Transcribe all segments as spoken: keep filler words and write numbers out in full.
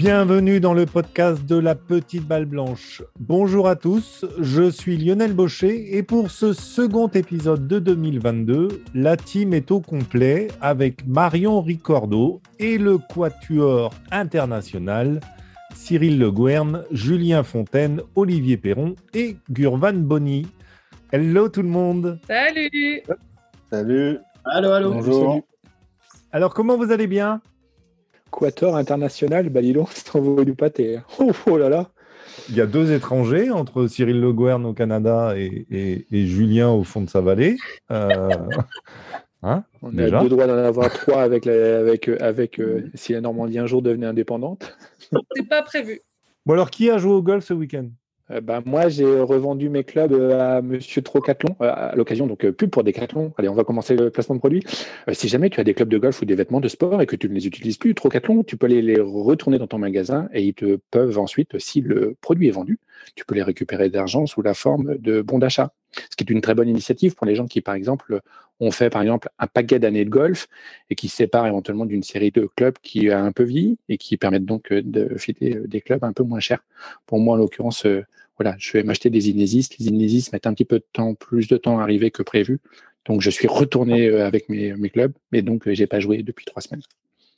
Bienvenue dans le podcast de la Petite Balle Blanche. Bonjour à tous, je suis Lionel Baucher et pour ce second épisode de deux mille vingt-deux, la team est au complet avec Marion Ricordo et le quatuor international Cyril Le Gouern, Julien Fontaine, Olivier Perron et Gurvan Boni. Hello tout le monde. Salut. Salut. Allô, allô. Bonjour. Salut. Alors comment vous allez bien ? Quator international, bah dis donc, c'est envoyé du pâté. Oh, oh là là. Il y a deux étrangers entre Cyril Le Gouern au Canada et, et, et Julien au fond de sa vallée. Euh... Hein, On déjà a deux droits d'en avoir trois avec, la, avec, avec euh, si la Normandie un jour devenait indépendante. C'est pas prévu. Bon alors, qui a joué au golf ce week-end ? Euh, bah, moi, j'ai revendu mes clubs euh, à Monsieur Trocathlon euh, à l'occasion, donc euh, pub pour Decathlon. Allez, on va commencer le placement de produits. Euh, si jamais tu as des clubs de golf ou des vêtements de sport et que tu ne les utilises plus, Trocathlon, tu peux les, les retourner dans ton magasin et ils te peuvent ensuite, si le produit est vendu, tu peux les récupérer d'argent sous la forme de bons d'achat. Ce qui est une très bonne initiative pour les gens qui, par exemple, ont fait par exemple un paquet d'années de golf et qui se séparent éventuellement d'une série de clubs qui a un peu vieilli et qui permettent donc de filer des clubs un peu moins chers. Pour moi, en l'occurrence, euh, voilà, je vais m'acheter des Inesis. Les Inesis mettent un petit peu de temps, plus de temps à arriver que prévu. Donc, je suis retourné avec mes, mes clubs, mais donc, j'ai pas joué depuis trois semaines.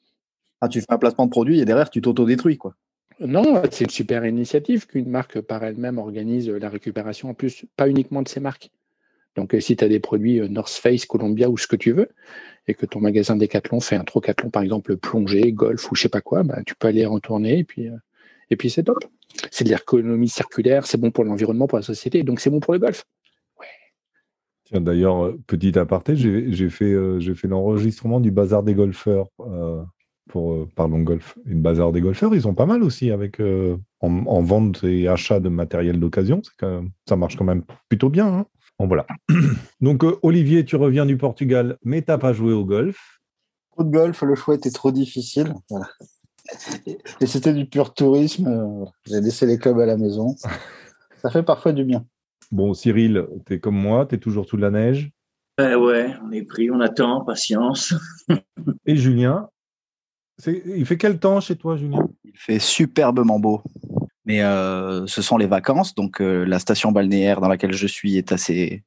Ah, tu fais un placement de produit et derrière, tu t'auto-détruis, quoi. Non, c'est une super initiative qu'une marque par elle-même organise la récupération, en plus, pas uniquement de ses marques. Donc, si tu as des produits North Face, Columbia ou ce que tu veux, et que ton magasin Decathlon fait un Trocathlon, par exemple, plongée, golf ou je sais pas quoi, bah, tu peux aller retourner et puis, euh, et puis c'est top. C'est de l'économie circulaire, c'est bon pour l'environnement, pour la société, donc c'est bon pour le golf. Ouais. Tiens, d'ailleurs, petit aparté, j'ai, j'ai, fait, euh, j'ai fait l'enregistrement du Bazar des golfeurs euh, pour euh, Parlons Golf. Et le Bazar des golfeurs, ils sont pas mal aussi avec, euh, en, en vente et achat de matériel d'occasion. C'est quand même, ça marche quand même plutôt bien. Hein. Bon, voilà. Donc, euh, Olivier, tu reviens du Portugal, mais tu n'as pas joué au golf. Trop de golf, le choix était trop difficile. Voilà. Et c'était du pur tourisme. Euh, j'ai laissé les clubs à la maison. Ça fait parfois du bien. Bon, Cyril, tu es comme moi, tu es toujours sous la neige. Ouais, ouais, on est pris, on attend, patience. Et Julien, c'est... il fait quel temps chez toi, Julien ? Il fait superbement beau. Mais euh, ce sont les vacances, donc euh, la station balnéaire dans laquelle je suis est assez,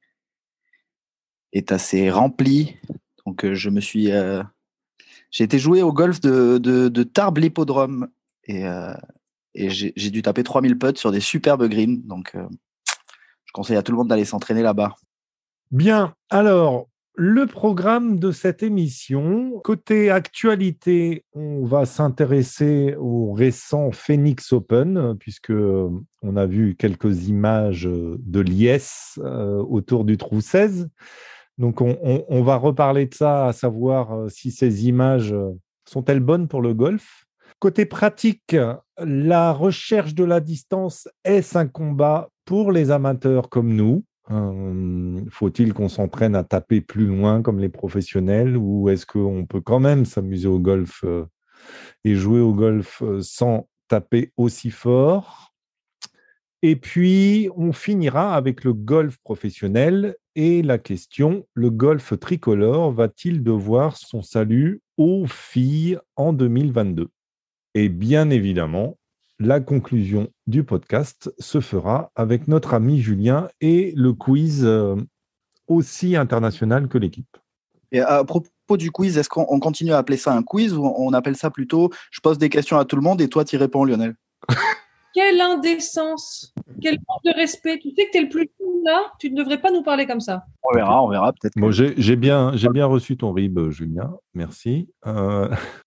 est assez remplie. Donc euh, je me suis... Euh... J'ai été jouer au golf de, de, de Tarbes l'hippodrome et, euh, et j'ai, j'ai dû taper trois mille putts sur des superbes greens. Donc euh, je conseille à tout le monde d'aller s'entraîner là-bas. Bien, alors, le programme de cette émission, côté actualité, on va s'intéresser au récent Phoenix Open, puisque on a vu quelques images de l'I S euh, autour du trou seize. Donc, on, on, on va reparler de ça, à savoir si ces images sont-elles bonnes pour le golf. Côté pratique, la recherche de la distance, est-ce un combat pour les amateurs comme nous ? Euh, faut-il qu'on s'entraîne à taper plus loin comme les professionnels ou est-ce qu'on peut quand même s'amuser au golf euh, et jouer au golf euh, sans taper aussi fort ? Et puis, on finira avec le golf professionnel et la question, le golf tricolore va-t-il devoir son salut aux filles en deux mille vingt-deux ? Et bien évidemment, la conclusion du podcast se fera avec notre ami Julien et le quiz euh, aussi international que l'équipe. Et à propos du quiz, est-ce qu'on on continue à appeler ça un quiz ou on appelle ça plutôt « je pose des questions à tout le monde et toi, tu y réponds, Lionel ». Quelle indécence, quel manque de respect. Tu sais que tu es le plus cool là, tu ne devrais pas nous parler comme ça. On verra, on verra peut-être. Bon, que... j'ai, j'ai, bien, j'ai bien reçu ton rib, Julien. Merci. Euh...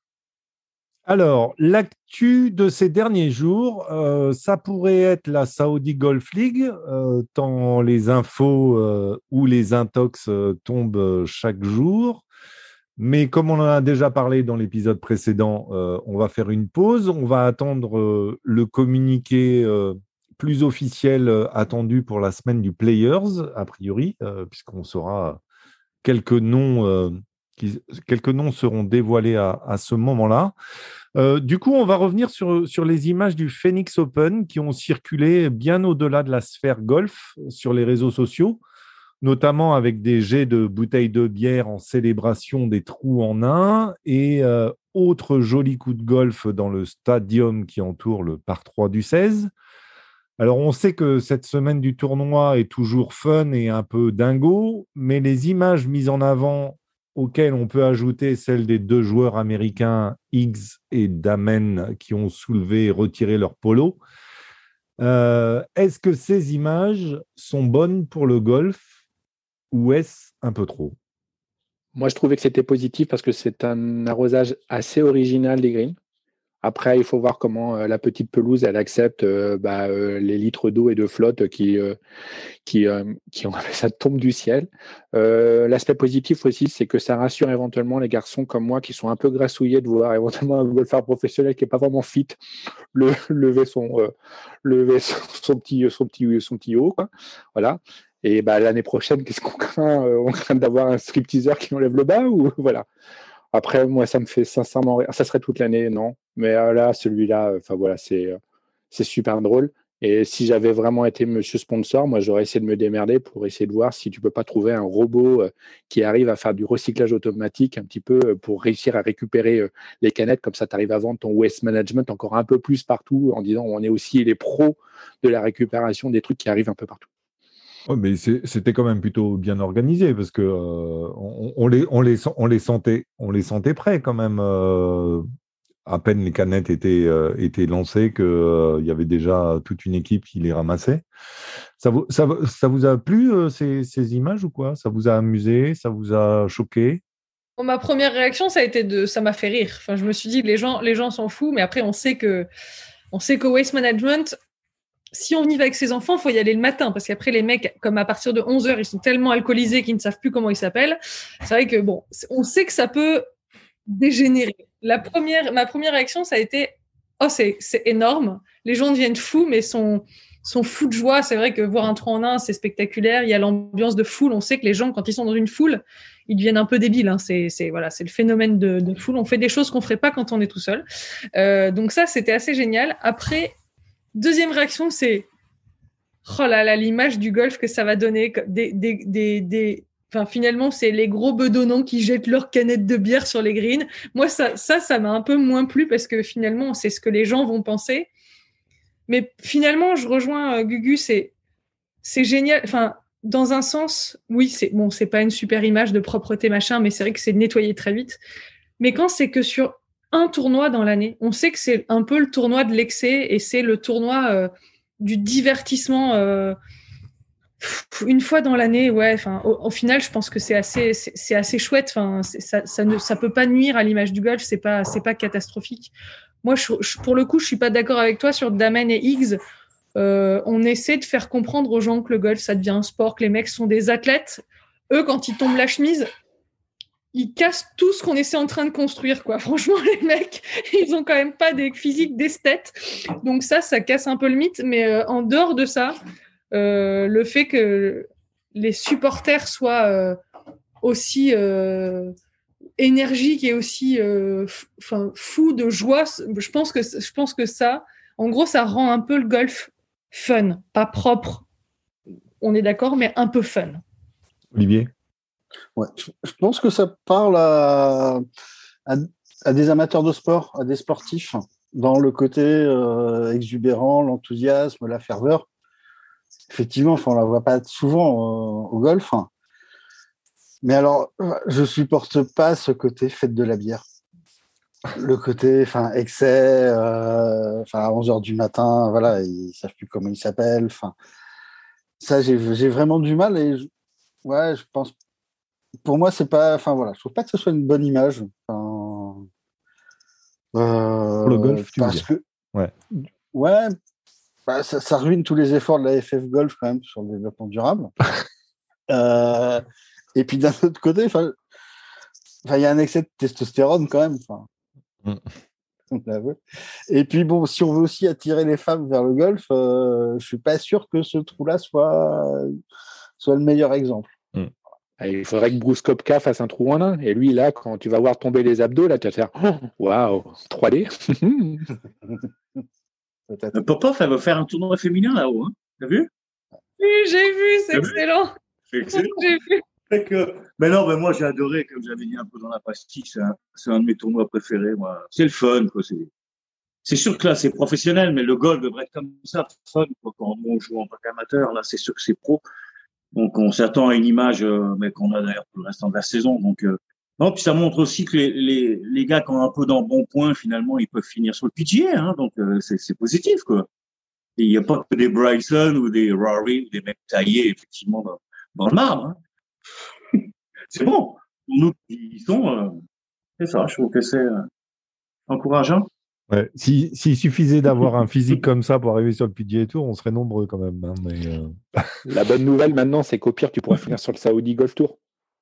Alors, l'actu de ces derniers jours, euh, ça pourrait être la Saudi Golf League, euh, tant les infos euh, ou les intox euh, tombent chaque jour. Mais comme on en a déjà parlé dans l'épisode précédent, euh, on va faire une pause. On va attendre euh, le communiqué euh, plus officiel euh, attendu pour la semaine du Players, a priori, euh, puisqu'on saura quelques noms, euh, qui, quelques noms seront dévoilés à, à ce moment-là. Euh, du coup, on va revenir sur, sur les images du Phoenix Open qui ont circulé bien au-delà de la sphère golf sur les réseaux sociaux, notamment avec des jets de bouteilles de bière en célébration des trous en un et euh, autre joli coup de golf dans le stadium qui entoure le par trois du seize. Alors, on sait que cette semaine du tournoi est toujours fun et un peu dingo, mais les images mises en avant, auxquelles on peut ajouter celles des deux joueurs américains Higgs et Dahmen qui ont soulevé et retiré leur polo, euh, est-ce que ces images sont bonnes pour le golf ou est-ce un peu trop? Moi, je trouvais que c'était positif parce que c'est un arrosage assez original des greens. Après, il faut voir comment euh, la petite pelouse, elle accepte euh, bah, euh, les litres d'eau et de flotte qui, euh, qui, euh, qui ont, ça tombe du ciel. Euh, l'aspect positif aussi, c'est que ça rassure éventuellement les garçons comme moi qui sont un peu grassouillés de voir éventuellement un golfeur professionnel qui n'est pas vraiment fit le, lever, son, euh, lever son, son, petit, son, petit, son petit haut. Quoi. Voilà. Et bah, l'année prochaine, qu'est-ce qu'on craint? On craint d'avoir un stripteaseur qui enlève le bas ou voilà. Après, moi, ça me fait sincèrement rire. Ça serait toute l'année, non. Mais euh, là, celui-là, enfin euh, voilà, c'est, euh, c'est super drôle. Et si j'avais vraiment été monsieur sponsor, moi, j'aurais essayé de me démerder pour essayer de voir si tu peux pas trouver un robot euh, qui arrive à faire du recyclage automatique un petit peu euh, pour réussir à récupérer euh, les canettes. Comme ça, tu arrives à vendre ton waste management encore un peu plus partout en disant on est aussi les pros de la récupération des trucs qui arrivent un peu partout. Ouais, mais c'est, c'était quand même plutôt bien organisé parce que euh, on, on les, on, les, on, les sentait, on les sentait prêts quand même. Euh, à peine les canettes étaient, euh, étaient lancées qu'il euh, y avait déjà toute une équipe qui les ramassait. Ça vous, ça, ça vous a plu euh, ces, ces images ou quoi? Ça vous a amusé? Ça vous a choqué? Bon, ma première réaction, ça a été de, ça m'a fait rire. Enfin, je me suis dit, les gens, les gens s'en foutent, mais après, on sait que, on sait qu'au waste management, si on y va avec ses enfants, il faut y aller le matin, parce qu'après, les mecs, comme à partir de onze heures, ils sont tellement alcoolisés qu'ils ne savent plus comment ils s'appellent. C'est vrai que, bon, on sait que ça peut dégénérer. La première, ma première réaction, ça a été « Oh, c'est, c'est énorme !» Les gens deviennent fous, mais sont, sont fous de joie. C'est vrai que voir un trois en un, c'est spectaculaire. Il y a l'ambiance de foule. On sait que les gens, quand ils sont dans une foule, ils deviennent un peu débiles. Hein. C'est, c'est, voilà, c'est le phénomène de, de foule. On fait des choses qu'on ne ferait pas quand on est tout seul. Euh, donc ça, c'était assez génial. Après... Deuxième réaction, c'est oh là là, l'image du golf que ça va donner. Des, des, des, des... Enfin, finalement, c'est les gros bedonnants qui jettent leurs canettes de bière sur les greens. Moi, ça, ça, ça m'a un peu moins plu parce que finalement, c'est ce que les gens vont penser. Mais finalement, je rejoins euh, Gugu, c'est, c'est génial. Enfin, dans un sens, oui, c'est bon, c'est pas une super image de propreté machin, mais c'est vrai que c'est nettoyé très vite. Mais quand c'est que sur un tournoi dans l'année. On sait que c'est un peu le tournoi de l'excès et c'est le tournoi euh, du divertissement euh, une fois dans l'année. Ouais, enfin, au, au final, je pense que c'est assez, c'est, c'est assez chouette. Enfin, c'est, ça, ça ne, ça peut pas nuire à l'image du golf. C'est pas, c'est pas catastrophique. Moi, je, je, pour le coup, je suis pas d'accord avec toi sur Dahmen et Higgs. Euh, on essaie de faire comprendre aux gens que le golf, ça devient un sport, que les mecs sont des athlètes. Eux, quand ils tombent la chemise, ils cassent tout ce qu'on essaie en train de construire, quoi. Franchement, les mecs, ils ont quand même pas des physiques d'esthètes. Donc ça, ça casse un peu le mythe. Mais euh, en dehors de ça, euh, le fait que les supporters soient euh, aussi euh, énergiques et aussi euh, f- fous de joie, je pense que je pense que ça, en gros, ça rend un peu le golf fun, pas propre. On est d'accord, mais un peu fun. Olivier? Ouais, je pense que ça parle à, à, à des amateurs de sport, à des sportifs, dans le côté euh, exubérant, l'enthousiasme, la ferveur. Effectivement, enfin, on ne la voit pas souvent euh, au golf. Mais alors, je ne supporte pas ce côté fête de la bière. Le côté enfin, excès, euh, enfin, à onze heures du matin, voilà, ils ne savent plus comment ils s'appellent. Enfin, ça, j'ai, j'ai vraiment du mal. Et je, ouais, je pense pour moi, c'est pas. Enfin voilà, je trouve pas que ce soit une bonne image. Enfin, euh, Pour le golf, tu parce veux dire. que Ouais. Ouais, bah, ça, ça ruine tous les efforts de la F F Golf quand même sur le développement durable. euh, et puis d'un autre côté, enfin, il y a un excès de testostérone quand même. Enfin, mm. on l'avoue. Et puis bon, si on veut aussi attirer les femmes vers le golf, euh, je suis pas sûr que ce trou-là soit soit le meilleur exemple. Mm. Il faudrait que Bruce Koepka fasse un trou en un. Et lui, là, quand tu vas voir tomber les abdos, là, tu vas faire waouh, wow, trois D. Peut-être. Popov, elle va faire un tournoi féminin là-haut. Hein. T'as vu? Oui, j'ai vu, c'est excellent. C'est excellent. J'ai vu. Fait que, mais non, mais moi j'ai adoré, comme j'avais dit un peu dans la pastille, c'est un, c'est un de mes tournois préférés. Moi, c'est le fun, quoi. C'est, c'est sûr que là c'est professionnel, mais le golf devrait être comme ça, fun, quoi. Quand on joue en tant qu'amateur, là c'est sûr que c'est pro. Donc on s'attend à une image, euh, mais qu'on a d'ailleurs pour le restant de la saison. Donc euh, non, puis ça montre aussi que les, les, les gars qui ont un peu d'embonpoint, finalement, ils peuvent finir sur le P G A, hein. Donc euh, c'est, c'est positif, quoi. Et il n'y a pas que des Bryson ou des Rory ou des mecs taillés effectivement dans, dans le marbre, hein. C'est bon. Pour nous qui y sont, euh, c'est ça. Je trouve que c'est euh, encourageant. Ouais. Si, s'il suffisait d'avoir un physique comme ça pour arriver sur le P G A Tour, on serait nombreux quand même. Hein, mais euh... La bonne nouvelle maintenant, c'est qu'au pire, tu pourras finir sur le Saudi Golf Tour.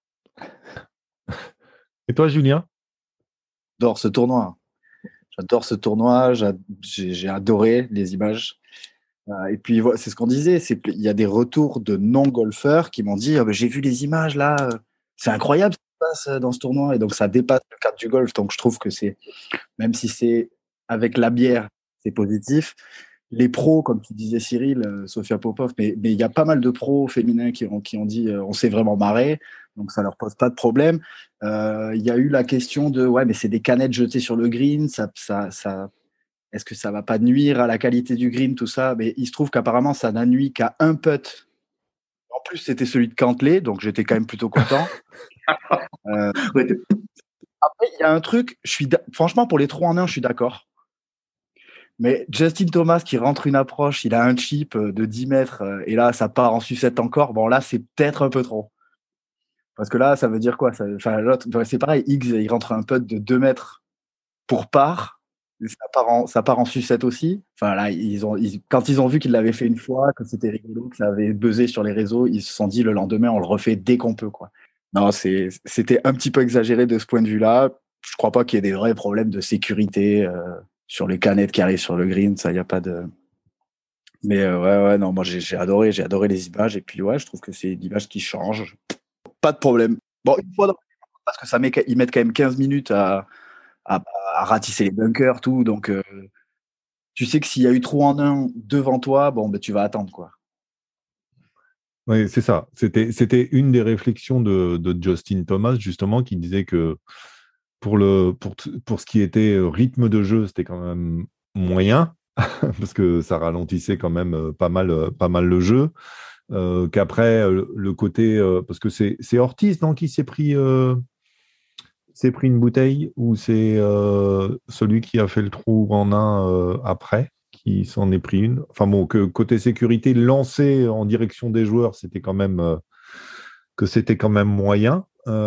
Et toi, Julien? J'adore ce tournoi. J'adore ce tournoi. J'ai, j'ai adoré les images. Euh, et puis, voilà, c'est ce qu'on disait. C'est qu'il y a des retours de non-golfeurs qui m'ont dit oh, ben, j'ai vu les images là. C'est incroyable ce qui se passe dans ce tournoi. Et donc, ça dépasse le cadre du golf. Donc, je trouve que c'est, même si c'est avec la bière, c'est positif. Les pros, comme tu disais Cyril, euh, Sofia Popov, mais mais il y a pas mal de pros féminins qui ont, qui ont dit euh, on s'est vraiment marré, donc ça leur pose pas de problème. Euh, Il y a eu la question de ouais, mais c'est des canettes jetées sur le green, ça, ça, ça, est-ce que ça va pas nuire à la qualité du green, tout ça? Mais il se trouve qu'apparemment ça n'a nuit qu'à un putt. En plus, c'était celui de Cantlay, donc j'étais quand même plutôt content. euh, Après, il y a un truc, je suis franchement pour les trois en un, je suis d'accord. Mais Justin Thomas qui rentre une approche, il a un chip de dix mètres et là, ça part en sucette encore. Bon, là, c'est peut-être un peu trop. Parce que là, ça veut dire quoi ça, enfin, l'autre, c'est pareil, Higgs, il rentre un putt de deux mètres pour par. Ça part, en, ça part en sucette aussi. Enfin, là, ils ont, ils, quand ils ont vu qu'il l'avait fait une fois, que c'était rigolo, que ça avait buzzé sur les réseaux, ils se sont dit le lendemain, on le refait dès qu'on peut, quoi. Non, c'est, c'était un petit peu exagéré de ce point de vue-là. Je crois pas qu'il y ait des vrais problèmes de sécurité. Euh, sur les canettes qui arrivent sur le green, ça, il n'y a pas de... Mais euh, ouais, ouais, non, moi, j'ai, j'ai adoré, j'ai adoré les images, et puis ouais, je trouve que c'est l'image qui change. Pas de problème. Bon, une fois, parce que ça met, ils mettent quand même quinze minutes à, à, à ratisser les bunkers, tout, donc euh, tu sais que s'il y a eu trop en un devant toi, bon, ben, tu vas attendre, quoi. Oui, c'est ça. C'était, c'était une des réflexions de, de Justin Thomas, justement, qui disait que Pour, le, pour, pour ce qui était rythme de jeu, c'était quand même moyen, parce que ça ralentissait quand même pas mal, pas mal le jeu. Euh, qu'après, le côté... Euh, parce que c'est, c'est Ortiz, non, qui s'est pris, euh, s'est pris une bouteille, ou c'est euh, celui qui a fait le trou en un euh, après, qui s'en est pris une. Enfin bon, que côté sécurité, lancer en direction des joueurs, c'était quand même... Euh, que c'était quand même moyen.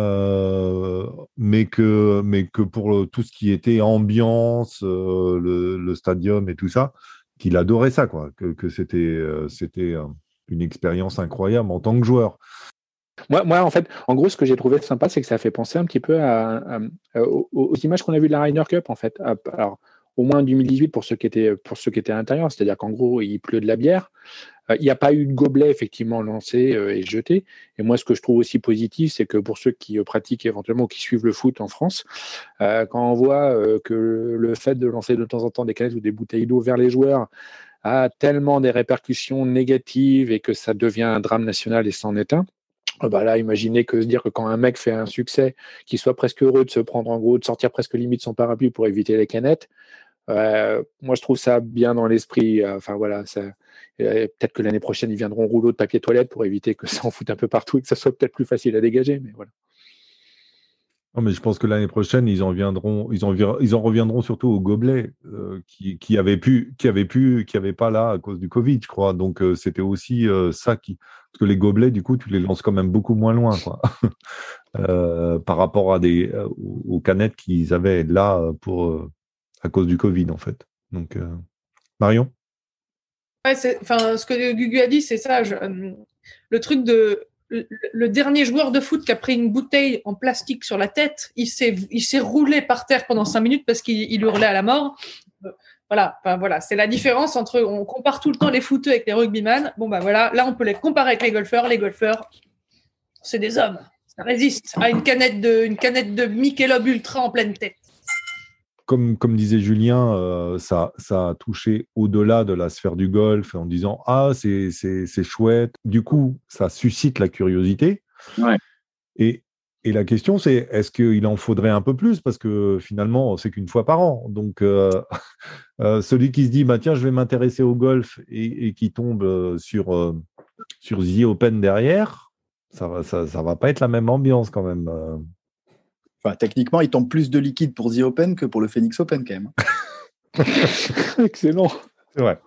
Euh, mais, que, mais que pour le, tout ce qui était ambiance, euh, le, le stadium et tout ça, qu'il adorait ça, quoi, que, que c'était, euh, c'était euh, une expérience incroyable en tant que joueur. Moi, moi, en fait, en gros, ce que j'ai trouvé sympa, c'est que ça fait penser un petit peu à, à, à, aux, aux images qu'on a vues de la Ryder Cup, en fait. Alors, au moins en deux mille dix-huit pour ceux qui étaient, pour ceux qui étaient à l'intérieur, c'est-à-dire qu'en gros, il pleut de la bière. Il n'y a pas eu de gobelet effectivement lancé euh, et jeté. Et moi, ce que je trouve aussi positif, c'est que pour ceux qui euh, pratiquent éventuellement ou qui suivent le foot en France, euh, quand on voit euh, que le fait de lancer de temps en temps des canettes ou des bouteilles d'eau vers les joueurs a tellement des répercussions négatives et que ça devient un drame national et c'en est un, euh, bah là, imaginez que se dire que quand un mec fait un succès, qu'il soit presque heureux de se prendre en gros, de sortir presque limite son parapluie pour éviter les canettes. Euh, moi, je trouve ça bien dans l'esprit. Enfin, voilà, ça, euh, peut-être que l'année prochaine, ils viendront rouleau de papier toilette pour éviter que ça en foute un peu partout et que ça soit peut-être plus facile à dégager. Mais voilà. Non, mais je pense que l'année prochaine, ils en reviendront, ils en, ils en reviendront surtout au gobelet euh, qui, qui avait pu, qui avait pu, qui avait pas là à cause du Covid, je crois. Donc euh, c'était aussi euh, ça qui, parce que les gobelets, du coup, tu les lances quand même beaucoup moins loin, quoi, euh, par rapport à des euh, aux canettes qu'ils avaient là pour euh, à cause du Covid, en fait. Donc euh... Marion. Ouais, c'est, enfin, ce que Gugu a dit, c'est ça. Je, euh, le truc de le, le dernier joueur de foot qui a pris une bouteille en plastique sur la tête, il s'est, il s'est roulé par terre pendant cinq minutes parce qu'il il hurlait à la mort. Euh, voilà, enfin, voilà, c'est la différence entre. On compare tout le temps les footeux avec les rugbyman. Bon, bah voilà, là, on peut les comparer avec les golfeurs. Les golfeurs, c'est des hommes. Ça résiste à une canette de, une canette de Michelob Ultra en pleine tête. Comme, comme disait Julien, euh, ça, ça a touché au-delà de la sphère du golf en disant « Ah, c'est, c'est, c'est chouette ». Du coup, ça suscite la curiosité. Ouais. Et, et la question, c'est est-ce qu'il en faudrait un peu plus? Parce que finalement, c'est qu'une fois par an. Donc, euh, euh, celui qui se dit, bah, tiens, je vais m'intéresser au golf et, et qui tombe euh, sur, euh, sur The Open derrière, ça va, ça, ça va pas être la même ambiance quand même. euh. Enfin, techniquement, il tombe plus de liquide pour The Open que pour le Phoenix Open quand même. Excellent. C'est vrai.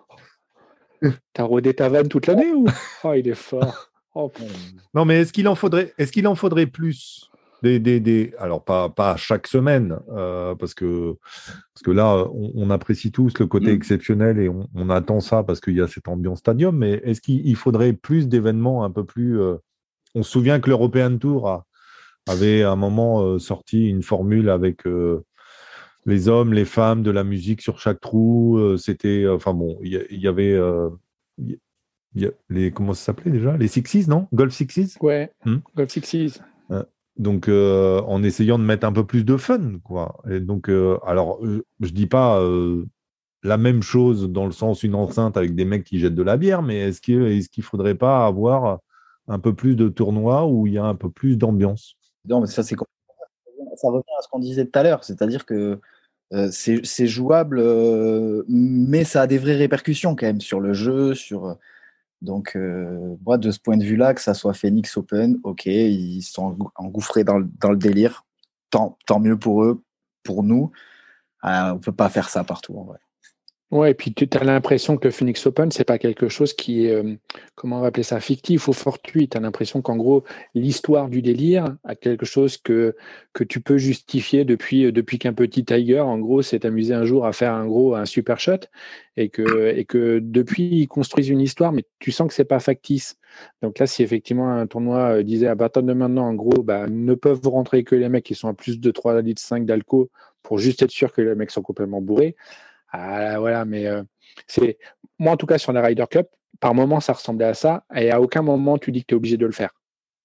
T'as rodé ta vanne toute l'année ou? Oh, il est fort. Oh, Non, mais est-ce qu'il en faudrait, est-ce qu'il en faudrait plus des, des, des... Alors, pas, pas chaque semaine, euh, parce, que, parce que là, on, on apprécie tous le côté Mm. exceptionnel et on, on attend ça parce qu'il y a cette ambiance stadium, mais est-ce qu'il il faudrait plus d'événements un peu plus... euh, On se souvient que l'European Tour a, avait à un moment euh, sorti une formule avec euh, les hommes, les femmes, de la musique sur chaque trou. euh, C'était... Enfin bon, il y, il y avait... euh, il y a les, comment ça s'appelait déjà? Les Sixes, non? Golf Sixes? ouais, Hmm. Golf Sixes. Euh, Donc, euh, en essayant de mettre un peu plus de fun, quoi. Et donc, euh, alors, euh, je dis pas euh, la même chose dans le sens une enceinte avec des mecs qui jettent de la bière, mais est-ce qu'il est-ce qu'il faudrait pas avoir un peu plus de tournois où il y a un peu plus d'ambiance? Non, mais ça, c'est ça revient à ce qu'on disait tout à l'heure, c'est-à-dire que euh, c'est, c'est jouable, euh, mais ça a des vraies répercussions quand même sur le jeu, sur donc euh, moi de ce point de vue-là, que ça soit Phoenix Open, ok, ils sont engouffrés dans le, dans le délire, tant, tant mieux pour eux, pour nous, euh, on peut pas faire ça partout en vrai. Ouais, et puis tu as l'impression que le Phoenix Open, c'est pas quelque chose qui est, euh, comment on va appeler ça, fictif ou fortuit. Tu as l'impression qu'en gros, l'histoire du délire a quelque chose que, que tu peux justifier depuis, depuis qu'un petit Tiger, en gros, s'est amusé un jour à faire un gros, un super shot et que, et que depuis, ils construisent une histoire, mais tu sens que c'est pas factice. Donc là, si effectivement un tournoi euh, disait à partir de maintenant, en gros, bah, ne peuvent rentrer que les mecs qui sont à plus de trois litres cinq d'alco pour juste être sûr que les mecs sont complètement bourrés. Ah, voilà, mais euh, c'est moi en tout cas sur la Ryder Cup, par moment ça ressemblait à ça, et à aucun moment tu dis que tu es obligé de le faire.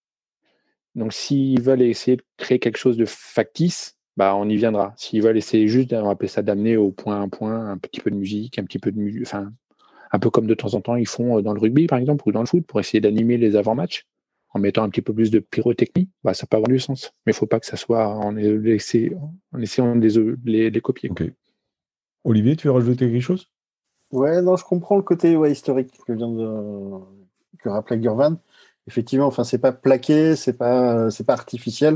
Donc s'ils veulent essayer de créer quelque chose de factice, bah on y viendra. S'ils veulent essayer juste, on va appeler ça d'amener au point un point, un petit peu de musique, un petit peu de musique, enfin un peu comme de temps en temps ils font dans le rugby par exemple ou dans le foot pour essayer d'animer les avant-matchs en mettant un petit peu plus de pyrotechnie, bah ça peut avoir du sens. Mais il faut pas que ça soit en, laisser, en essayant de les, les, les copier. Ok. Olivier, tu veux rajouter quelque chose? Ouais, non, je comprends le côté ouais, historique que vient de que rappelait Gurvan. Effectivement, enfin, c'est pas plaqué, c'est pas c'est pas artificiel.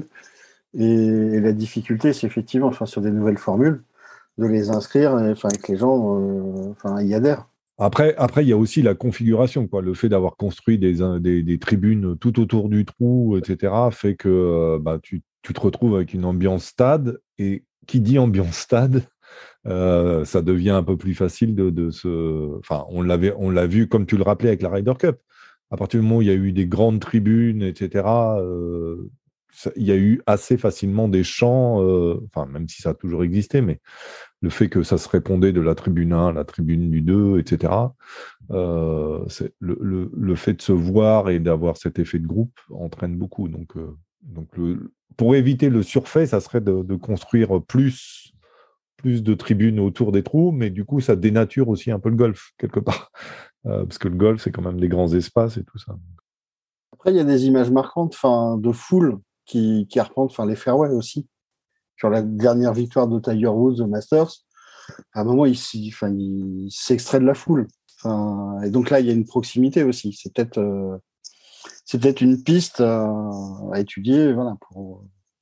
Et la difficulté, c'est effectivement, enfin, sur des nouvelles formules, de les inscrire, et, enfin, que les gens, euh, enfin, y adhèrent. Après, après, il y a aussi la configuration, quoi. Le fait d'avoir construit des, des, des tribunes tout autour du trou, et cetera, fait que euh, bah, tu, tu te retrouves avec une ambiance stade. Et qui dit ambiance stade, euh, ça devient un peu plus facile de, de se. Enfin, on l'avait, on l'a vu, comme tu le rappelais avec la Ryder Cup. À partir du moment où il y a eu des grandes tribunes, et cetera, euh, ça, il y a eu assez facilement des chants, euh, enfin, même si ça a toujours existé, mais le fait que ça se répondait de la tribune un à la tribune du deux, et cetera, euh, c'est le, le, le fait de se voir et d'avoir cet effet de groupe entraîne beaucoup. Donc, euh, donc le, pour éviter le surfait, ça serait de, de construire plus, plus de tribunes autour des trous, mais du coup, ça dénature aussi un peu le golf, quelque part. Euh, parce que le golf, c'est quand même des grands espaces et tout ça. Après, il y a des images marquantes, enfin, de foule qui, qui arpentent, enfin, les fairways aussi. Sur la dernière victoire de Tiger Woods au Masters, à un moment, il, enfin, il s'extrait de la foule. Enfin, et donc là, il y a une proximité aussi. C'est peut-être, euh, c'est peut-être une piste à, à étudier, voilà, pour,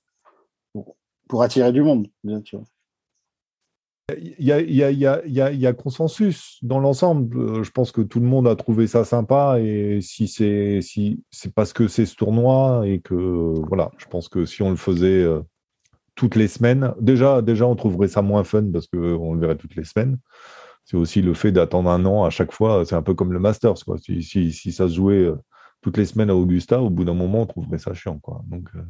pour, pour attirer du monde, bien sûr. Il y a, il y a, il y a, il y a, il y a consensus dans l'ensemble. Je pense que tout le monde a trouvé ça sympa et si c'est, si, c'est parce que c'est ce tournoi et que, voilà, je pense que si on le faisait euh, toutes les semaines, déjà, déjà, on trouverait ça moins fun parce qu'on le verrait toutes les semaines. C'est aussi le fait d'attendre un an à chaque fois. C'est un peu comme le Masters, quoi. Si, si, si ça se jouait euh, toutes les semaines à Augusta, au bout d'un moment, on trouverait ça chiant, quoi. Donc, euh...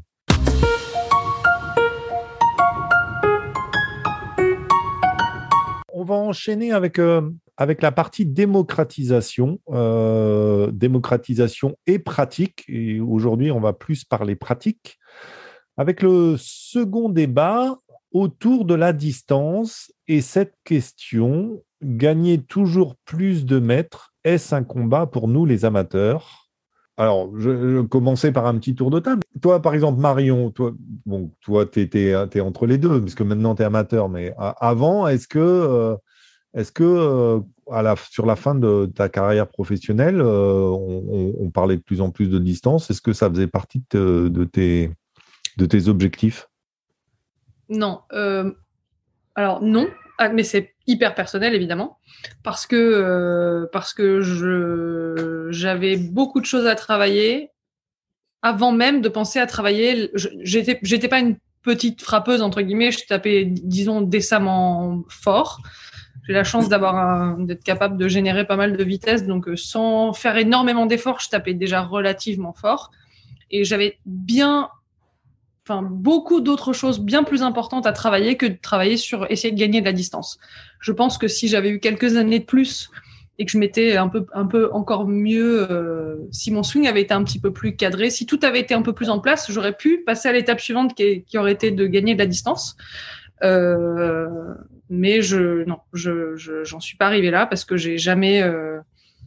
on va enchaîner avec, euh, avec la partie démocratisation, euh, démocratisation et pratique. Et aujourd'hui, on va plus parler pratique. Avec le second débat autour de la distance et cette question, gagner toujours plus de mètres, est-ce un combat pour nous les amateurs? Alors, je, je commençais par un petit tour de table. toi, par exemple, Marion, toi, bon, toi, tu es entre les deux, parce que maintenant, tu es amateur, mais a- avant, est-ce que, euh, est-ce que euh, à la, sur la fin de ta carrière professionnelle, euh, on, on- on parlait de plus en plus de distance, est-ce que ça faisait partie de, te- de tes, de tes objectifs? Non. Euh, alors, non. Ah, mais c'est hyper personnel, évidemment. Parce que, euh, parce que je, j'avais beaucoup de choses à travailler avant même de penser à travailler. Je- J'étais, j'étais pas une petite frappeuse, entre guillemets. Je tapais, disons, décemment fort. J'ai la chance d'avoir un, d'être capable de générer pas mal de vitesse. Donc, euh, sans faire énormément d'efforts, je tapais déjà relativement fort. Et j'avais bien, enfin, beaucoup d'autres choses bien plus importantes à travailler que de travailler sur essayer de gagner de la distance. Je pense que si j'avais eu quelques années de plus et que je m'étais un peu, un peu encore mieux, euh, si mon swing avait été un petit peu plus cadré, si tout avait été un peu plus en place, j'aurais pu passer à l'étape suivante qui, qui aurait été de gagner de la distance. Euh, mais je, non, je, je, j'en suis pas arrivée là parce que j'ai jamais, euh,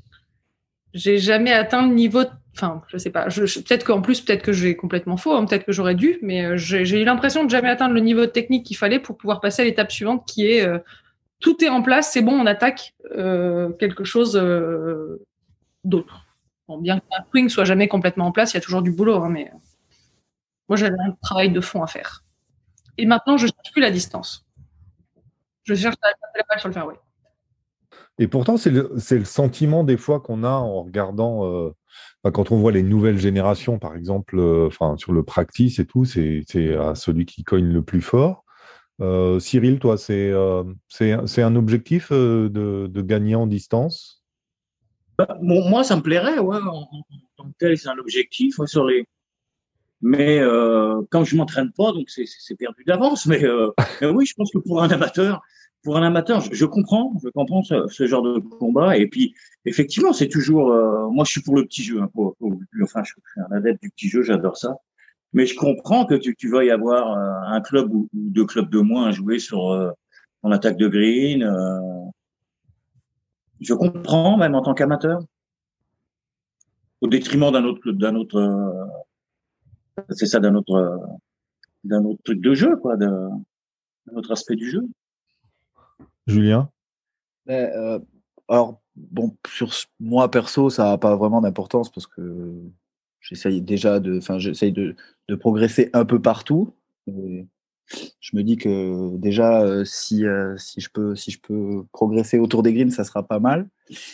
j'ai jamais atteint le niveau. De... Enfin, je sais pas. Je, je, peut-être qu'en plus, peut-être que j'ai complètement faux. Hein, peut-être que j'aurais dû, mais euh, j'ai, j'ai eu l'impression de jamais atteindre le niveau de technique qu'il fallait pour pouvoir passer à l'étape suivante, qui est euh, tout est en place, c'est bon, on attaque euh, quelque chose euh, d'autre. Bon, bien qu'un swing soit jamais complètement en place, il y a toujours du boulot, hein, mais moi j'avais un travail de fond à faire. Et maintenant, je cherche plus la distance. Je cherche à taper la balle sur le fairway. Et pourtant, c'est le, c'est le sentiment des fois qu'on a en regardant, euh, enfin, quand on voit les nouvelles générations, par exemple, euh, enfin, sur le practice et tout, c'est c'est à celui qui cogne le plus fort. Euh, Cyril, toi, c'est euh, c'est c'est un objectif euh, de, de gagner en distance? Bah, bon, moi, ça me plairait, ouais, en, en- en tant que tel, c'est un objectif, ouais, sur les. Mais euh, quand je m'entraîne pas, donc c'est c'est- c'est perdu d'avance. Mais, euh, mais oui, je pense que pour un amateur, pour un amateur, je, je comprends, je comprends ce, ce genre de combat. Et puis, effectivement, c'est toujours. Euh, moi, je suis pour le petit jeu. Hein, pour- pour- enfin, je suis un adepte du petit jeu, j'adore ça. Mais je comprends que tu, tu veuilles avoir euh, un club ou, ou deux clubs de moins à jouer sur euh, en attaque de green. Euh, je comprends, même en tant qu'amateur, au détriment d'un autre, d'un autre, euh, c'est ça, d'un autre, euh, d'un autre truc de jeu, quoi, d'un autre aspect du jeu. Julien? Mais, euh, alors, bon, sur ce- moi perso, ça n'a pas vraiment d'importance parce que j'essaye déjà de, enfin, j'essaye de, de progresser un peu partout. Et je me dis que déjà, euh, si, euh, si je peux, si je peux progresser autour des greens, ça sera pas mal.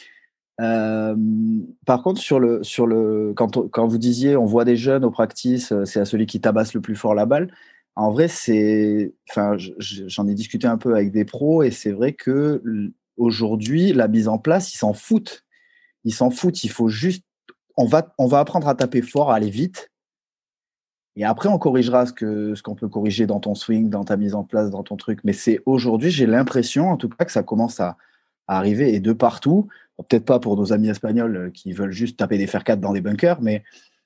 Euh, par contre, sur le, sur le, quand, on- quand vous disiez, on voit des jeunes au practice, euh, c'est à celui qui tabasse le plus fort la balle. En vrai, c'est, enfin, je- je- j'en ai discuté un peu avec des pros et c'est vrai que l- aujourd'hui, la mise en place, ils s'en foutent. Ils s'en foutent. Il faut juste, on va, on va apprendre à taper fort, à aller vite. Et après, on corrigera ce que, ce qu'on peut corriger dans ton swing, dans ta mise en place, dans ton truc. Mais c'est aujourd'hui, j'ai l'impression, en tout cas, que ça commence à, à arriver et de partout. Bon, peut-être pas pour nos amis espagnols euh, qui veulent juste taper des fer quatre dans des bunkers, mais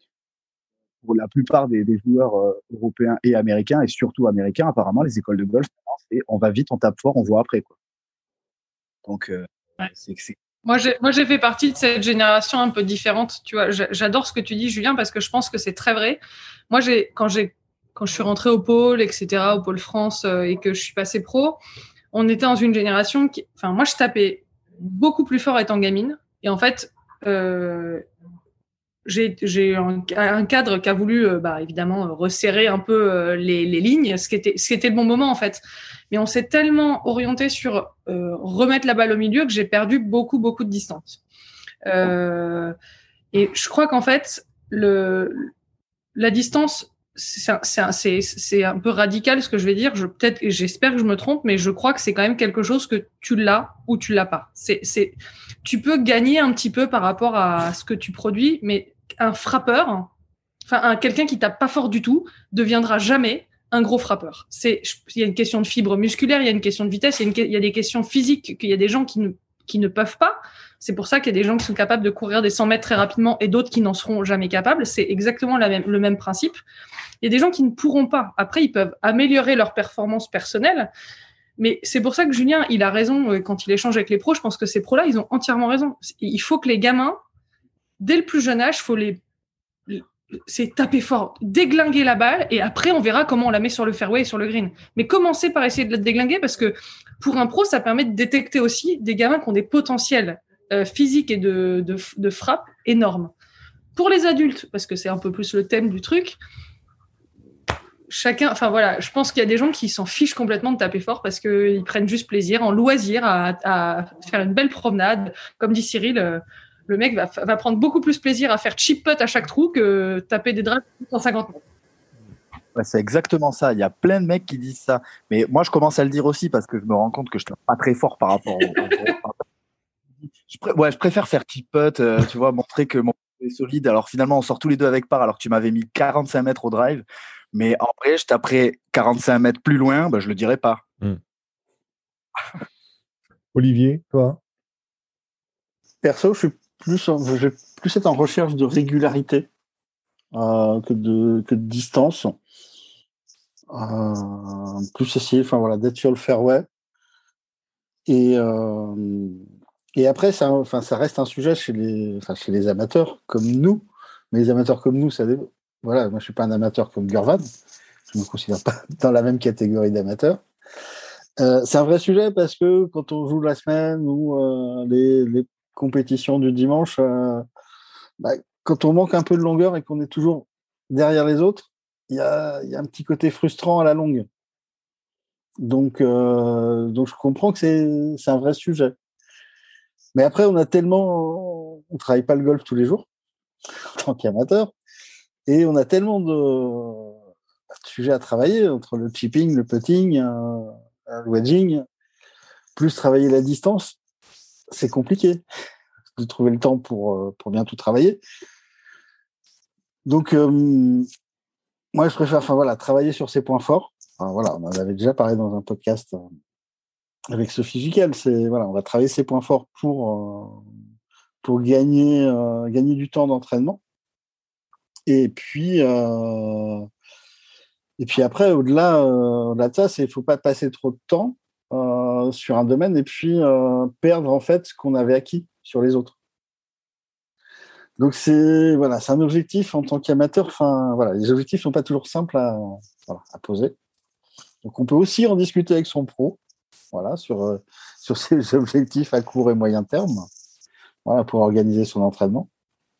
pour la plupart des, des joueurs euh, européens et américains, et surtout américains, apparemment, les écoles de golf, c'est on va vite, on tape fort, on voit après, quoi. Donc, euh, Ouais. c'est, c'est... Moi, j'ai, moi, j'ai fait partie de cette génération un peu différente. Tu vois, j'adore ce que tu dis, Julien, parce que je pense que c'est très vrai. Moi, j'ai, quand j'ai, quand je suis rentrée au pôle, et cetera, au pôle France, euh, et que je suis passée pro, on était dans une génération qui, enfin, moi, je tapais beaucoup plus fort étant gamine. Et en fait, euh, j'ai, j'ai un, un cadre qui a voulu, euh, bah, évidemment, resserrer un peu euh, les, les lignes, ce qui était, ce qui était le bon moment, en fait. Mais on s'est tellement orienté sur euh, remettre la balle au milieu que j'ai perdu beaucoup, beaucoup de distance. Euh, et je crois qu'en fait, le, la distance, c'est un, c'est, un, c'est, c'est un peu radical ce que je vais dire. Je, peut-être, et j'espère que je me trompe, mais je crois que c'est quand même quelque chose que tu l'as ou tu l'as pas. C'est, c'est, tu peux gagner un petit peu par rapport à ce que tu produis, mais un frappeur, enfin, un, quelqu'un qui tape pas fort du tout, deviendra jamais un gros frappeur. C'est, il y a une question de fibre musculaire, il y a une question de vitesse, il y a, une, il y a des questions physiques, qu'il y a des gens qui ne, qui ne peuvent pas. C'est pour ça qu'il y a des gens qui sont capables de courir des cent mètres très rapidement et d'autres qui n'en seront jamais capables. C'est exactement la même, le même principe. Il y a des gens qui ne pourront pas. Après, ils peuvent améliorer leur performance personnelle. Mais c'est pour ça que Julien, il a raison quand il échange avec les pros. Je pense que ces pros-là, ils ont entièrement raison. Il faut que les gamins, dès le plus jeune âge, il faut les c'est taper fort, déglinguer la balle, et après, on verra comment on la met sur le fairway et sur le green. Mais commencez par essayer de la déglinguer, parce que pour un pro, ça permet de détecter aussi des gamins qui ont des potentiels euh, physiques et de, de, de frappe énormes. Pour les adultes, parce que c'est un peu plus le thème du truc, chacun, enfin voilà, je pense qu'il y a des gens qui s'en fichent complètement de taper fort parce qu'ils prennent juste plaisir, en loisir, à, à faire une belle promenade. Comme dit Cyril, euh, le mec va, va prendre beaucoup plus plaisir à faire chip putt à chaque trou que taper des drives en cinquante mètres. Ouais, c'est exactement ça. Il y a plein de mecs qui disent ça. Mais moi, je commence à le dire aussi parce que je me rends compte que je ne tape pas très fort par rapport au. je, pr... ouais, je préfère faire chip putt, euh, tu vois, montrer que mon est solide. Alors finalement, on sort tous les deux avec par alors que tu m'avais mis quarante-cinq mètres au drive. Mais en vrai, je taperais quarante-cinq mètres plus loin, bah, je ne le dirais pas. Mmh. Olivier, toi? Perso, je suis plus, en, je vais plus être en recherche de régularité euh, que, de, que de distance. Euh, plus essayer enfin, voilà, d'être sur le fairway. Et, euh, et après, ça, enfin, ça reste un sujet chez les, enfin, chez les amateurs comme nous. Mais les amateurs comme nous, ça dé... voilà, moi je ne suis pas un amateur comme Gurvan. Je ne me considère pas dans la même catégorie d'amateurs. Euh, c'est un vrai sujet parce que quand on joue la semaine ou euh, les, les compétitions du dimanche, euh, bah, quand on manque un peu de longueur et qu'on est toujours derrière les autres, il y a, y a un petit côté frustrant à la longue. Donc, euh, donc je comprends que c'est, c'est un vrai sujet. Mais après, on a tellement, on travaille pas le golf tous les jours en tant qu'amateur, et on a tellement de, de sujets à travailler entre le chipping, le putting, euh, le wedging, plus travailler la distance, c'est compliqué de trouver le temps pour, pour bien tout travailler. Donc, euh, moi, je préfère enfin, voilà, travailler sur ses points forts. Enfin, voilà, on en avait déjà parlé dans un podcast avec Sophie Giquel. C'est, voilà, on va travailler ses points forts pour, euh, pour gagner, euh, gagner du temps d'entraînement. Et puis, euh, et puis après, au-delà, euh, au-delà de ça, il ne faut pas passer trop de temps euh, sur un domaine et puis euh, perdre en fait ce qu'on avait acquis sur les autres. Donc c'est voilà, c'est un objectif en tant qu'amateur. Enfin voilà, les objectifs sont pas toujours simples à, voilà, à poser. Donc on peut aussi en discuter avec son pro, voilà, sur euh, sur ses objectifs à court et moyen terme, voilà, pour organiser son entraînement.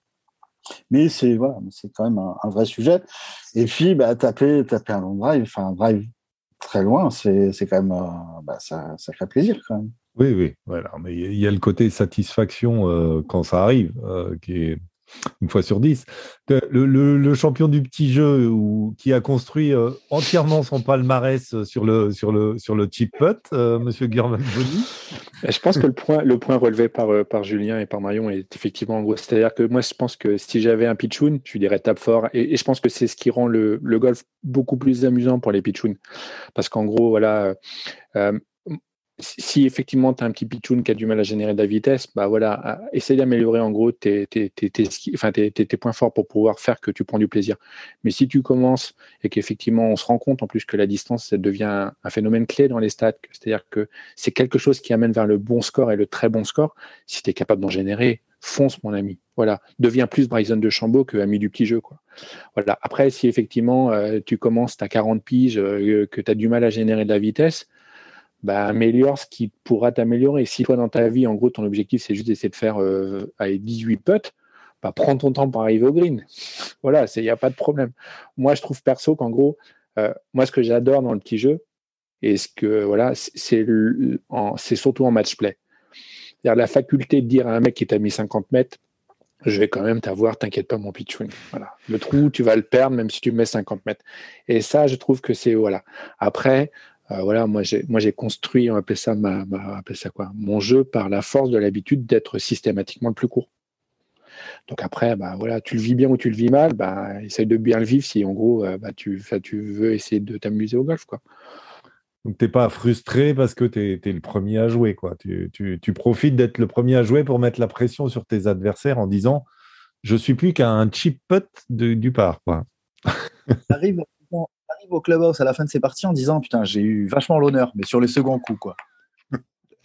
Mais c'est voilà, c'est quand même un, un vrai sujet. Et puis bah, taper taper un long drive, enfin un drive très loin, c'est c'est quand même euh, bah, ça ça fait plaisir quand même. Oui, oui, voilà. Mais il y a le côté satisfaction euh, quand ça arrive, euh, qui est une fois sur dix. Le, le, le champion du petit jeu ou, qui a construit euh, entièrement son palmarès sur le, sur le, sur le chip putt, euh, Monsieur Gurvan Boni. Je pense que le point, le point relevé par, par Julien et par Marion est effectivement en gros. C'est-à-dire que moi, je pense que si j'avais un pitchoun, je lui dirais tape fort. Et, et je pense que c'est ce qui rend le, le golf beaucoup plus amusant pour les pitchouns. Parce qu'en gros, voilà. Euh, Si effectivement tu as un petit pitchoun qui a du mal à générer de la vitesse, bah voilà, essaye d'améliorer en gros tes, tes, tes, tes, enfin tes, tes, tes points forts pour pouvoir faire que tu prends du plaisir. Mais si tu commences et qu'effectivement on se rend compte en plus que la distance, ça devient un phénomène clé dans les stats, c'est-à-dire que c'est quelque chose qui amène vers le bon score et le très bon score, si tu es capable d'en générer, fonce mon ami. Voilà, deviens plus Bryson DeChambeau que ami du petit jeu, quoi. Voilà. Après, si effectivement euh, tu commences, tu as quarante piges, euh, que tu as du mal à générer de la vitesse, bah, améliore ce qui pourra t'améliorer. Si toi, dans ta vie, en gros, ton objectif, c'est juste d'essayer de faire euh, allez, dix-huit putts, bah, prends ton temps pour arriver au green. Voilà, il n'y a pas de problème. Moi, je trouve perso qu'en gros, euh, moi, ce que j'adore dans le petit jeu, et ce que, voilà, c'est, le, en, c'est surtout en match play. C'est-à-dire la faculté de dire à un mec qui t'a mis cinquante mètres, je vais quand même t'avoir, t'inquiète pas, mon pitchwing. Voilà. Le trou, tu vas le perdre même si tu mets cinquante mètres. Et ça, je trouve que c'est, voilà. Après, Euh, voilà, moi j'ai, moi j'ai construit, on appelle ça, ma, ma, on appelle ça quoi, mon jeu par la force de l'habitude d'être systématiquement le plus court. Donc après, bah, voilà, tu le vis bien ou tu le vis mal, bah, essaye de bien le vivre si en gros bah, tu, tu veux essayer de t'amuser au golf, quoi. Donc tu n'es pas frustré parce que tu es le premier à jouer, quoi. Tu, tu, tu profites d'être le premier à jouer pour mettre la pression sur tes adversaires en disant je suis plus qu'à un chip putt de, du par, quoi. Arrive arrive au clubhouse à la fin de ses parties en disant putain j'ai eu vachement l'honneur mais sur les seconds coups quoi.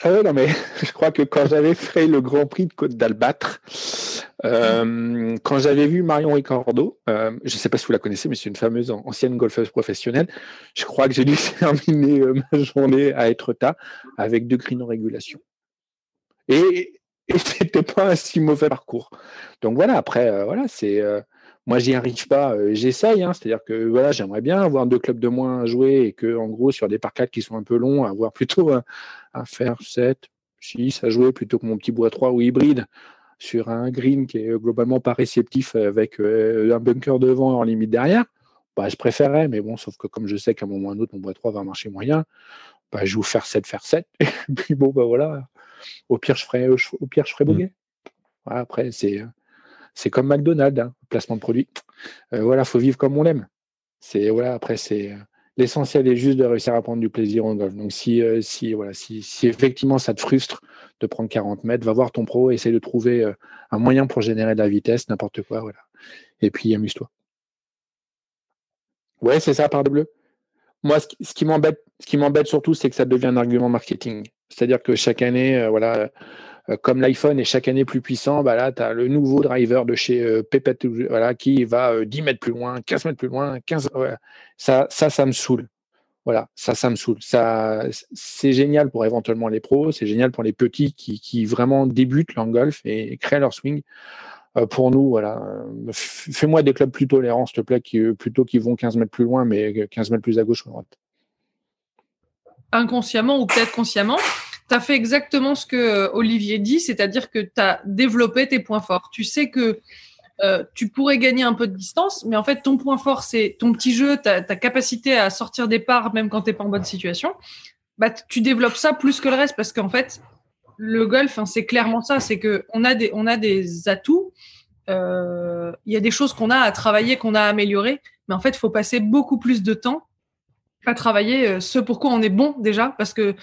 Ah ouais, non, mais je crois que quand j'avais fait le Grand Prix de Côte d'Albâtre, euh, quand j'avais vu Marion Ricordo, euh, je ne sais pas si vous la connaissez, mais c'est une fameuse ancienne golfeuse professionnelle, je crois que j'ai dû terminer euh, ma journée à Etretat avec deux greens en régulation. Et, et c'était pas un si mauvais parcours. Donc voilà, après, euh, voilà, c'est. Euh, moi, j'y arrive pas, euh, j'essaye, hein, c'est-à-dire que voilà, j'aimerais bien avoir deux clubs de moins à jouer et que, en gros, sur des par quatre qui sont un peu longs, avoir plutôt un, un faire sept, six à jouer plutôt que mon petit bois trois ou hybride sur un green qui est globalement pas réceptif avec euh, un bunker devant en limite derrière. Bah, je préférerais, mais bon, sauf que comme je sais qu'à un moment ou à un autre, mon bois trois va marcher moyen, bah, je joue faire sept, faire sept, et puis bon, bah voilà, au pire, je ferai, au pire, je ferai bogey. Voilà, après, c'est. C'est comme McDonald's, hein, placement de produit. Euh, voilà, faut vivre comme on l'aime. C'est voilà. Après, c'est euh, l'essentiel est juste de réussir à prendre du plaisir en golf. Donc, si euh, si voilà, si, si effectivement ça te frustre de prendre quarante mètres, va voir ton pro, essaie de trouver euh, un moyen pour générer de la vitesse, n'importe quoi, voilà. Et puis amuse-toi. Ouais, c'est ça, par de bleu. Moi, ce qui, ce qui m'embête, ce qui m'embête surtout, c'est que ça devient un argument marketing. C'est-à-dire que chaque année, euh, voilà. Euh, comme l'iPhone est chaque année plus puissant, bah là, tu as le nouveau driver de chez euh, Pépette, voilà, qui va euh, dix mètres plus loin, quinze mètres plus loin, quinze. Ouais. Ça, ça, ça me saoule. Voilà, ça, ça me saoule. Ça, c'est génial pour éventuellement les pros, c'est génial pour les petits qui, qui vraiment débutent leur golf et créent leur swing. Euh, pour nous, voilà, euh, fais-moi des clubs plus tolérants, s'il te plaît, qui, plutôt qui vont quinze mètres plus loin, mais quinze mètres plus à gauche ou à droite. Inconsciemment ou peut-être consciemment, tu as fait exactement ce que Olivier dit, c'est-à-dire que tu as développé tes points forts. Tu sais que euh, tu pourrais gagner un peu de distance, mais en fait, ton point fort, c'est ton petit jeu, ta, ta capacité à sortir des parts, même quand tu n'es pas en bonne situation. Bah, tu développes ça plus que le reste parce qu'en fait, le golf, hein, c'est clairement ça, c'est qu'on a des, on a des atouts, il euh, y a des choses qu'on a à travailler, qu'on a à améliorer, mais en fait, il faut passer beaucoup plus de temps à travailler ce pourquoi on est bon déjà, parce que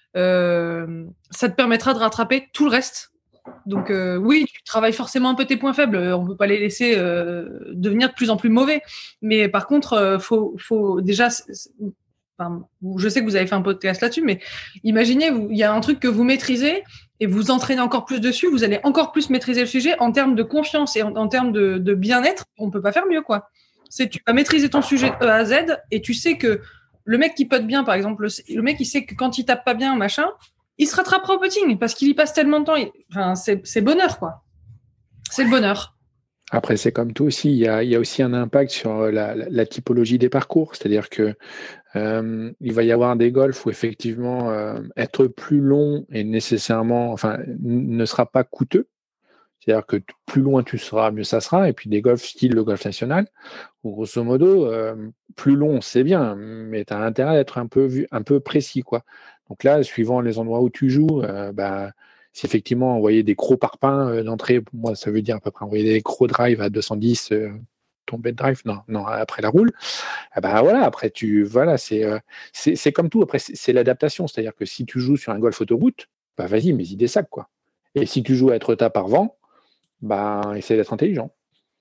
euh, ça te permettra de rattraper tout le reste. Donc euh, oui, tu travailles forcément un peu tes points faibles, on ne peut pas les laisser euh, devenir de plus en plus mauvais. Mais par contre, euh, faut, faut déjà... C'est, c'est, enfin, je sais que vous avez fait un podcast là-dessus, mais imaginez, il y a un truc que vous maîtrisez et vous entraînez encore plus dessus, vous allez encore plus maîtriser le sujet en termes de confiance et en, en termes de, de bien-être, on ne peut pas faire mieux, quoi. C'est, tu vas maîtriser ton sujet de E à Z et tu sais que le mec qui putt bien, par exemple, le, le mec il sait que quand il tape pas bien, machin, il se rattrapera au putting parce qu'il y passe tellement de temps. Il, enfin, c'est, c'est bonheur, quoi. C'est le bonheur. Après, c'est comme tout aussi. Il y a, il y a aussi un impact sur la, la, la typologie des parcours. C'est-à-dire que euh, il va y avoir des golfs où effectivement euh, être plus long et nécessairement, enfin, ne sera pas coûteux. C'est-à-dire que plus loin tu seras, mieux ça sera. Et puis des golfs style le golf national, où grosso modo, euh, plus long, c'est bien, mais tu as intérêt d'être un peu, vu, un peu précis, quoi. Donc là, suivant les endroits où tu joues, euh, bah, si effectivement envoyer des crocs par pain euh, d'entrée, pour moi, ça veut dire à peu près envoyer des crocs drive à deux cent dix, euh, tomber de drive, non, non, après la roule, eh ben voilà, après tu, voilà, c'est, euh, c'est, c'est comme tout. Après, c'est, c'est l'adaptation, c'est-à-dire que si tu joues sur un golf autoroute, bah vas-y, mais des sacs, quoi. Et si tu joues à être tas par vent, bah essaie d'être intelligent.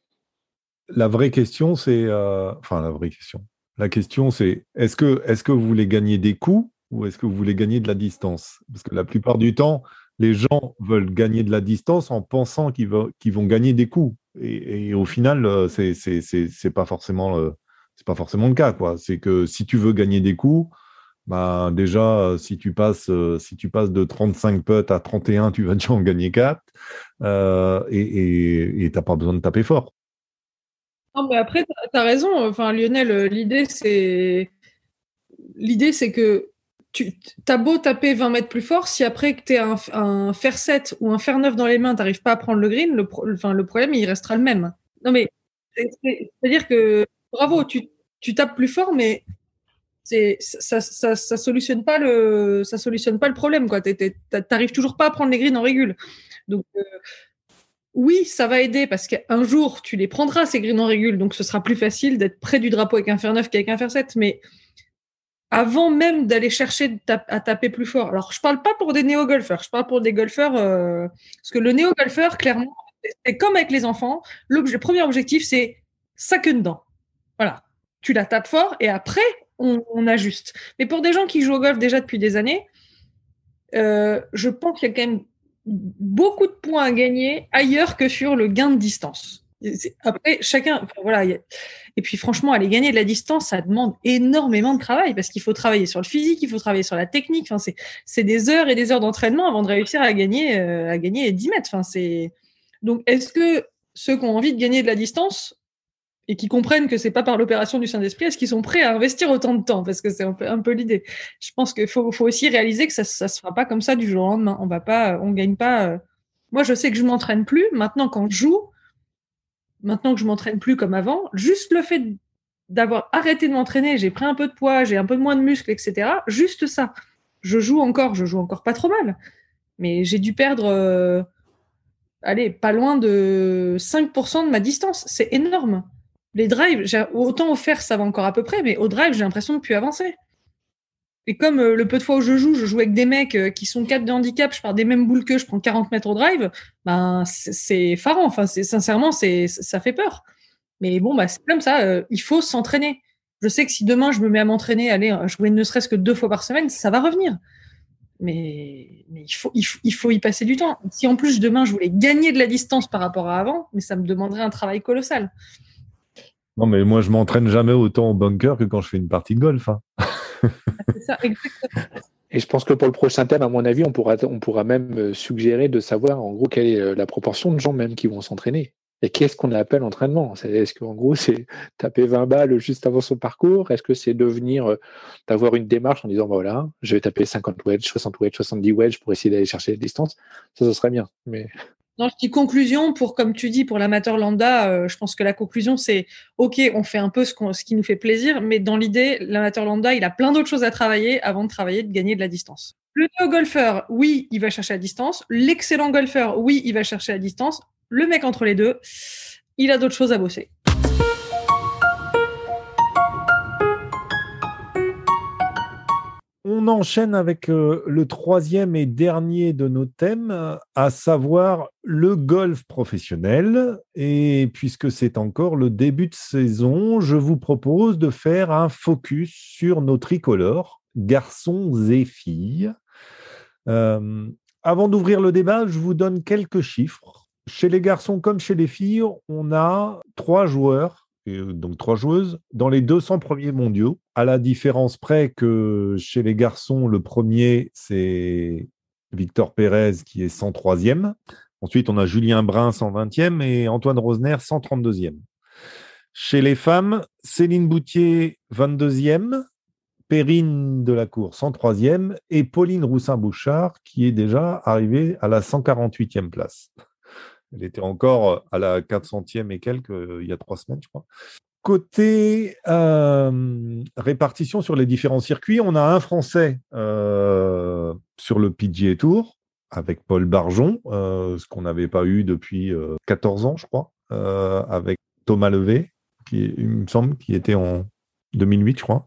La vraie question, c'est, euh, enfin la vraie question. La question, c'est, est-ce que, est-ce que vous voulez gagner des coups ou est-ce que vous voulez gagner de la distance? Parce que la plupart du temps, les gens veulent gagner de la distance en pensant qu'ils, va, qu'ils vont gagner des coups. Et, et au final, c'est, c'est, c'est, c'est pas forcément le, c'est pas forcément le cas, quoi. C'est que si tu veux gagner des coups, bah déjà, si tu passes, si tu passes de trente-cinq putts à trente et un, tu vas déjà en gagner quatre. Euh, et tu n'as pas besoin de taper fort. Non, mais après, tu as raison. Enfin, Lionel, l'idée, c'est, l'idée, c'est que tu as beau taper vingt mètres plus fort, si après que tu as un, un fer sept ou un fer neuf dans les mains, tu n'arrives pas à prendre le green, le, pro, enfin, le problème, il restera le même. Non, mais c'est, c'est, c'est-à-dire que, bravo, tu, tu tapes plus fort, mais c'est, ça, ça, ça solutionne pas le, ça solutionne pas le problème, quoi. T'arrives toujours pas à prendre les greens en régule. Donc, euh, oui, ça va aider parce qu'un jour, tu les prendras, ces greens en régule, donc ce sera plus facile d'être près du drapeau avec un fer neuf qu'avec un fer sept, mais avant même d'aller chercher à taper plus fort. Alors, je parle pas pour des néo-golfeurs, je parle pour des golfeurs, euh, parce que le néo-golfeur, clairement, c'est comme avec les enfants, le premier objectif, c'est ça que dedans. Voilà. Tu la tapes fort et après, on, on ajuste. Mais pour des gens qui jouent au golf déjà depuis des années, euh, je pense qu'il y a quand même beaucoup de points à gagner ailleurs que sur le gain de distance. C'est, après, chacun, enfin, voilà. Y a, et puis, franchement, aller gagner de la distance, ça demande énormément de travail parce qu'il faut travailler sur le physique, il faut travailler sur la technique. Enfin, c'est, c'est des heures et des heures d'entraînement avant de réussir à gagner, euh, à gagner dix mètres. Enfin, c'est... Donc, est-ce que ceux qui ont envie de gagner de la distance et qui comprennent que c'est pas par l'opération du Saint-Esprit, est-ce qu'ils sont prêts à investir autant de temps? Parce que c'est un peu, un peu l'idée. Je pense qu'il faut, faut aussi réaliser que ça, ça se fera pas comme ça du jour au lendemain. On va pas, on gagne pas. Euh... Moi, je sais que je m'entraîne plus. Maintenant, quand je joue, maintenant que je m'entraîne plus comme avant, juste le fait d'avoir arrêté de m'entraîner, j'ai pris un peu de poids, j'ai un peu moins de muscles, et cetera. Juste ça. Je joue encore, je joue encore pas trop mal. Mais j'ai dû perdre, euh... allez, pas loin de cinq pour cent de ma distance. C'est énorme. Les drives, j'ai, autant au fer, ça va encore à peu près, mais au drive, j'ai l'impression de plus avancer. Et comme euh, le peu de fois où je joue, je joue avec des mecs euh, qui sont quatre de handicap, je pars des mêmes boules que je prends quarante mètres au drive, ben, c'est, c'est effarant. Enfin, c'est, sincèrement, c'est, ça fait peur. Mais bon, bah, c'est comme ça, euh, il faut s'entraîner. Je sais que si demain je me mets à m'entraîner, aller jouer ne serait-ce que deux fois par semaine, ça va revenir. Mais, mais il, faut, il, faut, il faut y passer du temps. Si en plus demain je voulais gagner de la distance par rapport à avant, mais ça me demanderait un travail colossal. Non, mais moi, je m'entraîne jamais autant au bunker que quand je fais une partie de golf. Hein. C'est ça, exactement. Et je pense que pour le prochain thème, à mon avis, on pourra, on pourra même suggérer de savoir, en gros, quelle est la proportion de gens même qui vont s'entraîner. Et qu'est-ce qu'on appelle entraînement? Est-ce qu'en gros, c'est taper vingt balles juste avant son parcours? Est-ce que c'est devenir, d'avoir une démarche en disant, bah voilà, je vais taper cinquante wedges, soixante wedges, soixante-dix wedges pour essayer d'aller chercher la distance? Ça, ce serait bien. Mais... Non, je dis conclusion pour, comme tu dis, pour l'amateur lambda, euh, je pense que la conclusion, c'est OK, on fait un peu ce, qu'on, ce qui nous fait plaisir, mais dans l'idée, l'amateur lambda, il a plein d'autres choses à travailler avant de travailler, de gagner de la distance. Le néo-golfeur, oui, il va chercher la distance. L'excellent golfeur, oui, il va chercher la distance. Le mec entre les deux, il a d'autres choses à bosser. On enchaîne avec euh, le troisième et dernier de nos thèmes, à savoir le golf professionnel. Et puisque c'est encore le début de saison, je vous propose de faire un focus sur nos tricolores, garçons et filles. Euh, avant d'ouvrir le débat, je vous donne quelques chiffres. Chez les garçons comme chez les filles, on a trois joueurs, donc trois joueuses, dans les deux cents premiers mondiaux, à la différence près que chez les garçons, le premier, c'est Victor Pérez qui est cent troisième. Ensuite, on a Julien Brun, cent vingtième, et Antoine Rosner, cent trente-deuxième. Chez les femmes, Céline Boutier, vingt-deuxième, Perrine Delacour, cent troisième, et Pauline Roussin-Bouchard, qui est déjà arrivée à la cent quarante-huitième place. Elle était encore à la quatre centième et quelques euh, il y a trois semaines, je crois. Côté euh, répartition sur les différents circuits, on a un Français euh, sur le P G A Tour, avec Paul Barjon, euh, ce qu'on n'avait pas eu depuis euh, quatorze ans, je crois, euh, avec Thomas Levé, qui, il me semble, qui était en deux mille huit, je crois.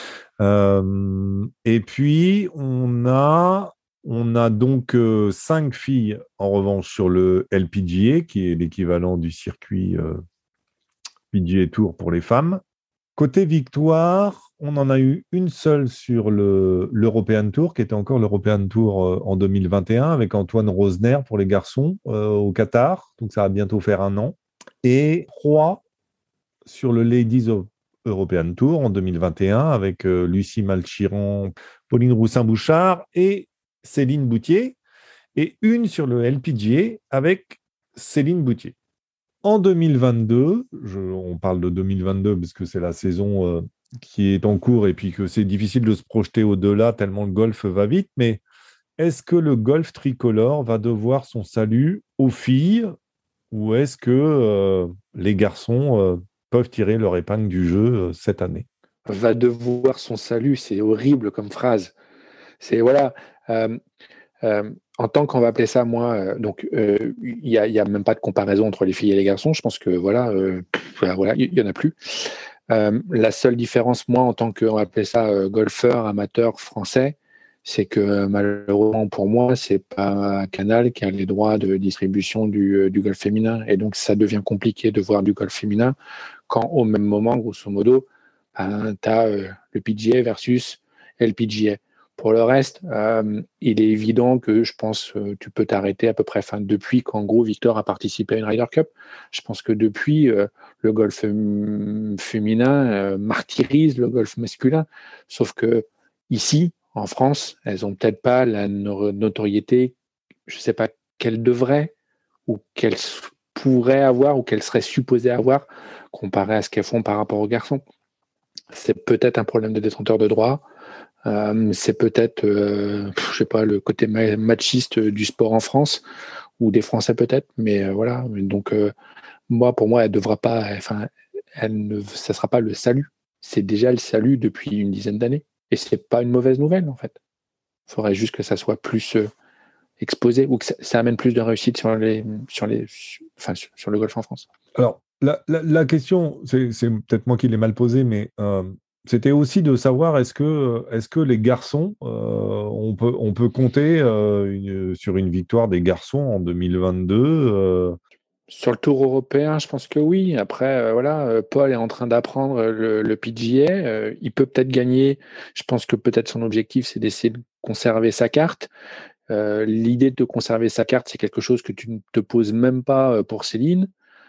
Euh, et puis, on a... On a donc euh, cinq filles, en revanche, sur le L P G A, qui est l'équivalent du circuit euh, P G A Tour pour les femmes. Côté victoire, on en a eu une seule sur le, l'European Tour, qui était encore l'European Tour euh, en deux mille vingt et un, avec Antoine Rosner pour les garçons euh, au Qatar. Donc, ça va bientôt faire un an. Et trois sur le Ladies of European Tour en deux mille vingt et un, avec euh, Lucie Malchiran, Pauline Roussin-Bouchard et Céline Boutier, et une sur le L P G A avec Céline Boutier. En deux mille vingt-deux, je, on parle de deux mille vingt-deux parce que c'est la saison euh, qui est en cours et puis que c'est difficile de se projeter au-delà tellement le golf va vite, mais est-ce que le golf tricolore va devoir son salut aux filles ou est-ce que euh, les garçons euh, peuvent tirer leur épingle du jeu euh, cette année? Va devoir son salut, c'est horrible comme phrase. C'est voilà... Euh, euh, en tant qu'on va appeler ça, moi, euh, donc il euh, n'y a, y a même pas de comparaison entre les filles et les garçons. Je pense que voilà, euh, voilà, il y, y en a plus. Euh, la seule différence, moi, en tant que, on va appeler ça euh, golfeur amateur français, c'est que euh, malheureusement pour moi, c'est pas Canal qui a les droits de distribution du, euh, du golf féminin, et donc ça devient compliqué de voir du golf féminin quand au même moment, grosso modo, ben, tu as euh, le P G A versus L P G A. Pour le reste, euh, il est évident que je pense euh, tu peux t'arrêter à peu près enfin, depuis qu'en gros Victor a participé à une Ryder Cup. Je pense que depuis, euh, le golf hum, féminin euh, martyrise le golf masculin. Sauf que ici, en France, elles n'ont peut-être pas la no- notoriété, je ne sais pas, qu'elles devraient ou qu'elles pourraient avoir ou qu'elles seraient supposées avoir comparé à ce qu'elles font par rapport aux garçons. C'est peut-être un problème de détenteur de droit. Euh, c'est peut-être, euh, je sais pas, le côté ma- machiste du sport en France ou des Français peut-être, mais euh, voilà. Donc euh, moi, pour moi, elle devra pas, enfin, elle ne, ça sera pas le salut. C'est déjà le salut depuis une dizaine d'années, et c'est pas une mauvaise nouvelle en fait. Il faudrait juste que ça soit plus euh, exposé ou que ça, ça amène plus de réussite sur les, sur les, sur- enfin, sur, sur le golf en France. Alors, la, la- la question, c'est c'est peut-être moi qui l'ai mal posée, mais euh, c'était aussi de savoir est-ce que, est-ce que les garçons, euh, on peut, on peut compter euh, une- sur une victoire des garçons en deux mille vingt-deux euh, Sur le tour européen, je pense que oui. Après, euh, voilà, euh, Paul est en train d'apprendre le, le P G A. Euh, il peut peut-être gagner. Je pense que peut-être son objectif, c'est d'essayer de conserver sa carte. Euh, l'idée de conserver sa carte, c'est quelque chose que tu ne te poses même pas euh, pour Céline.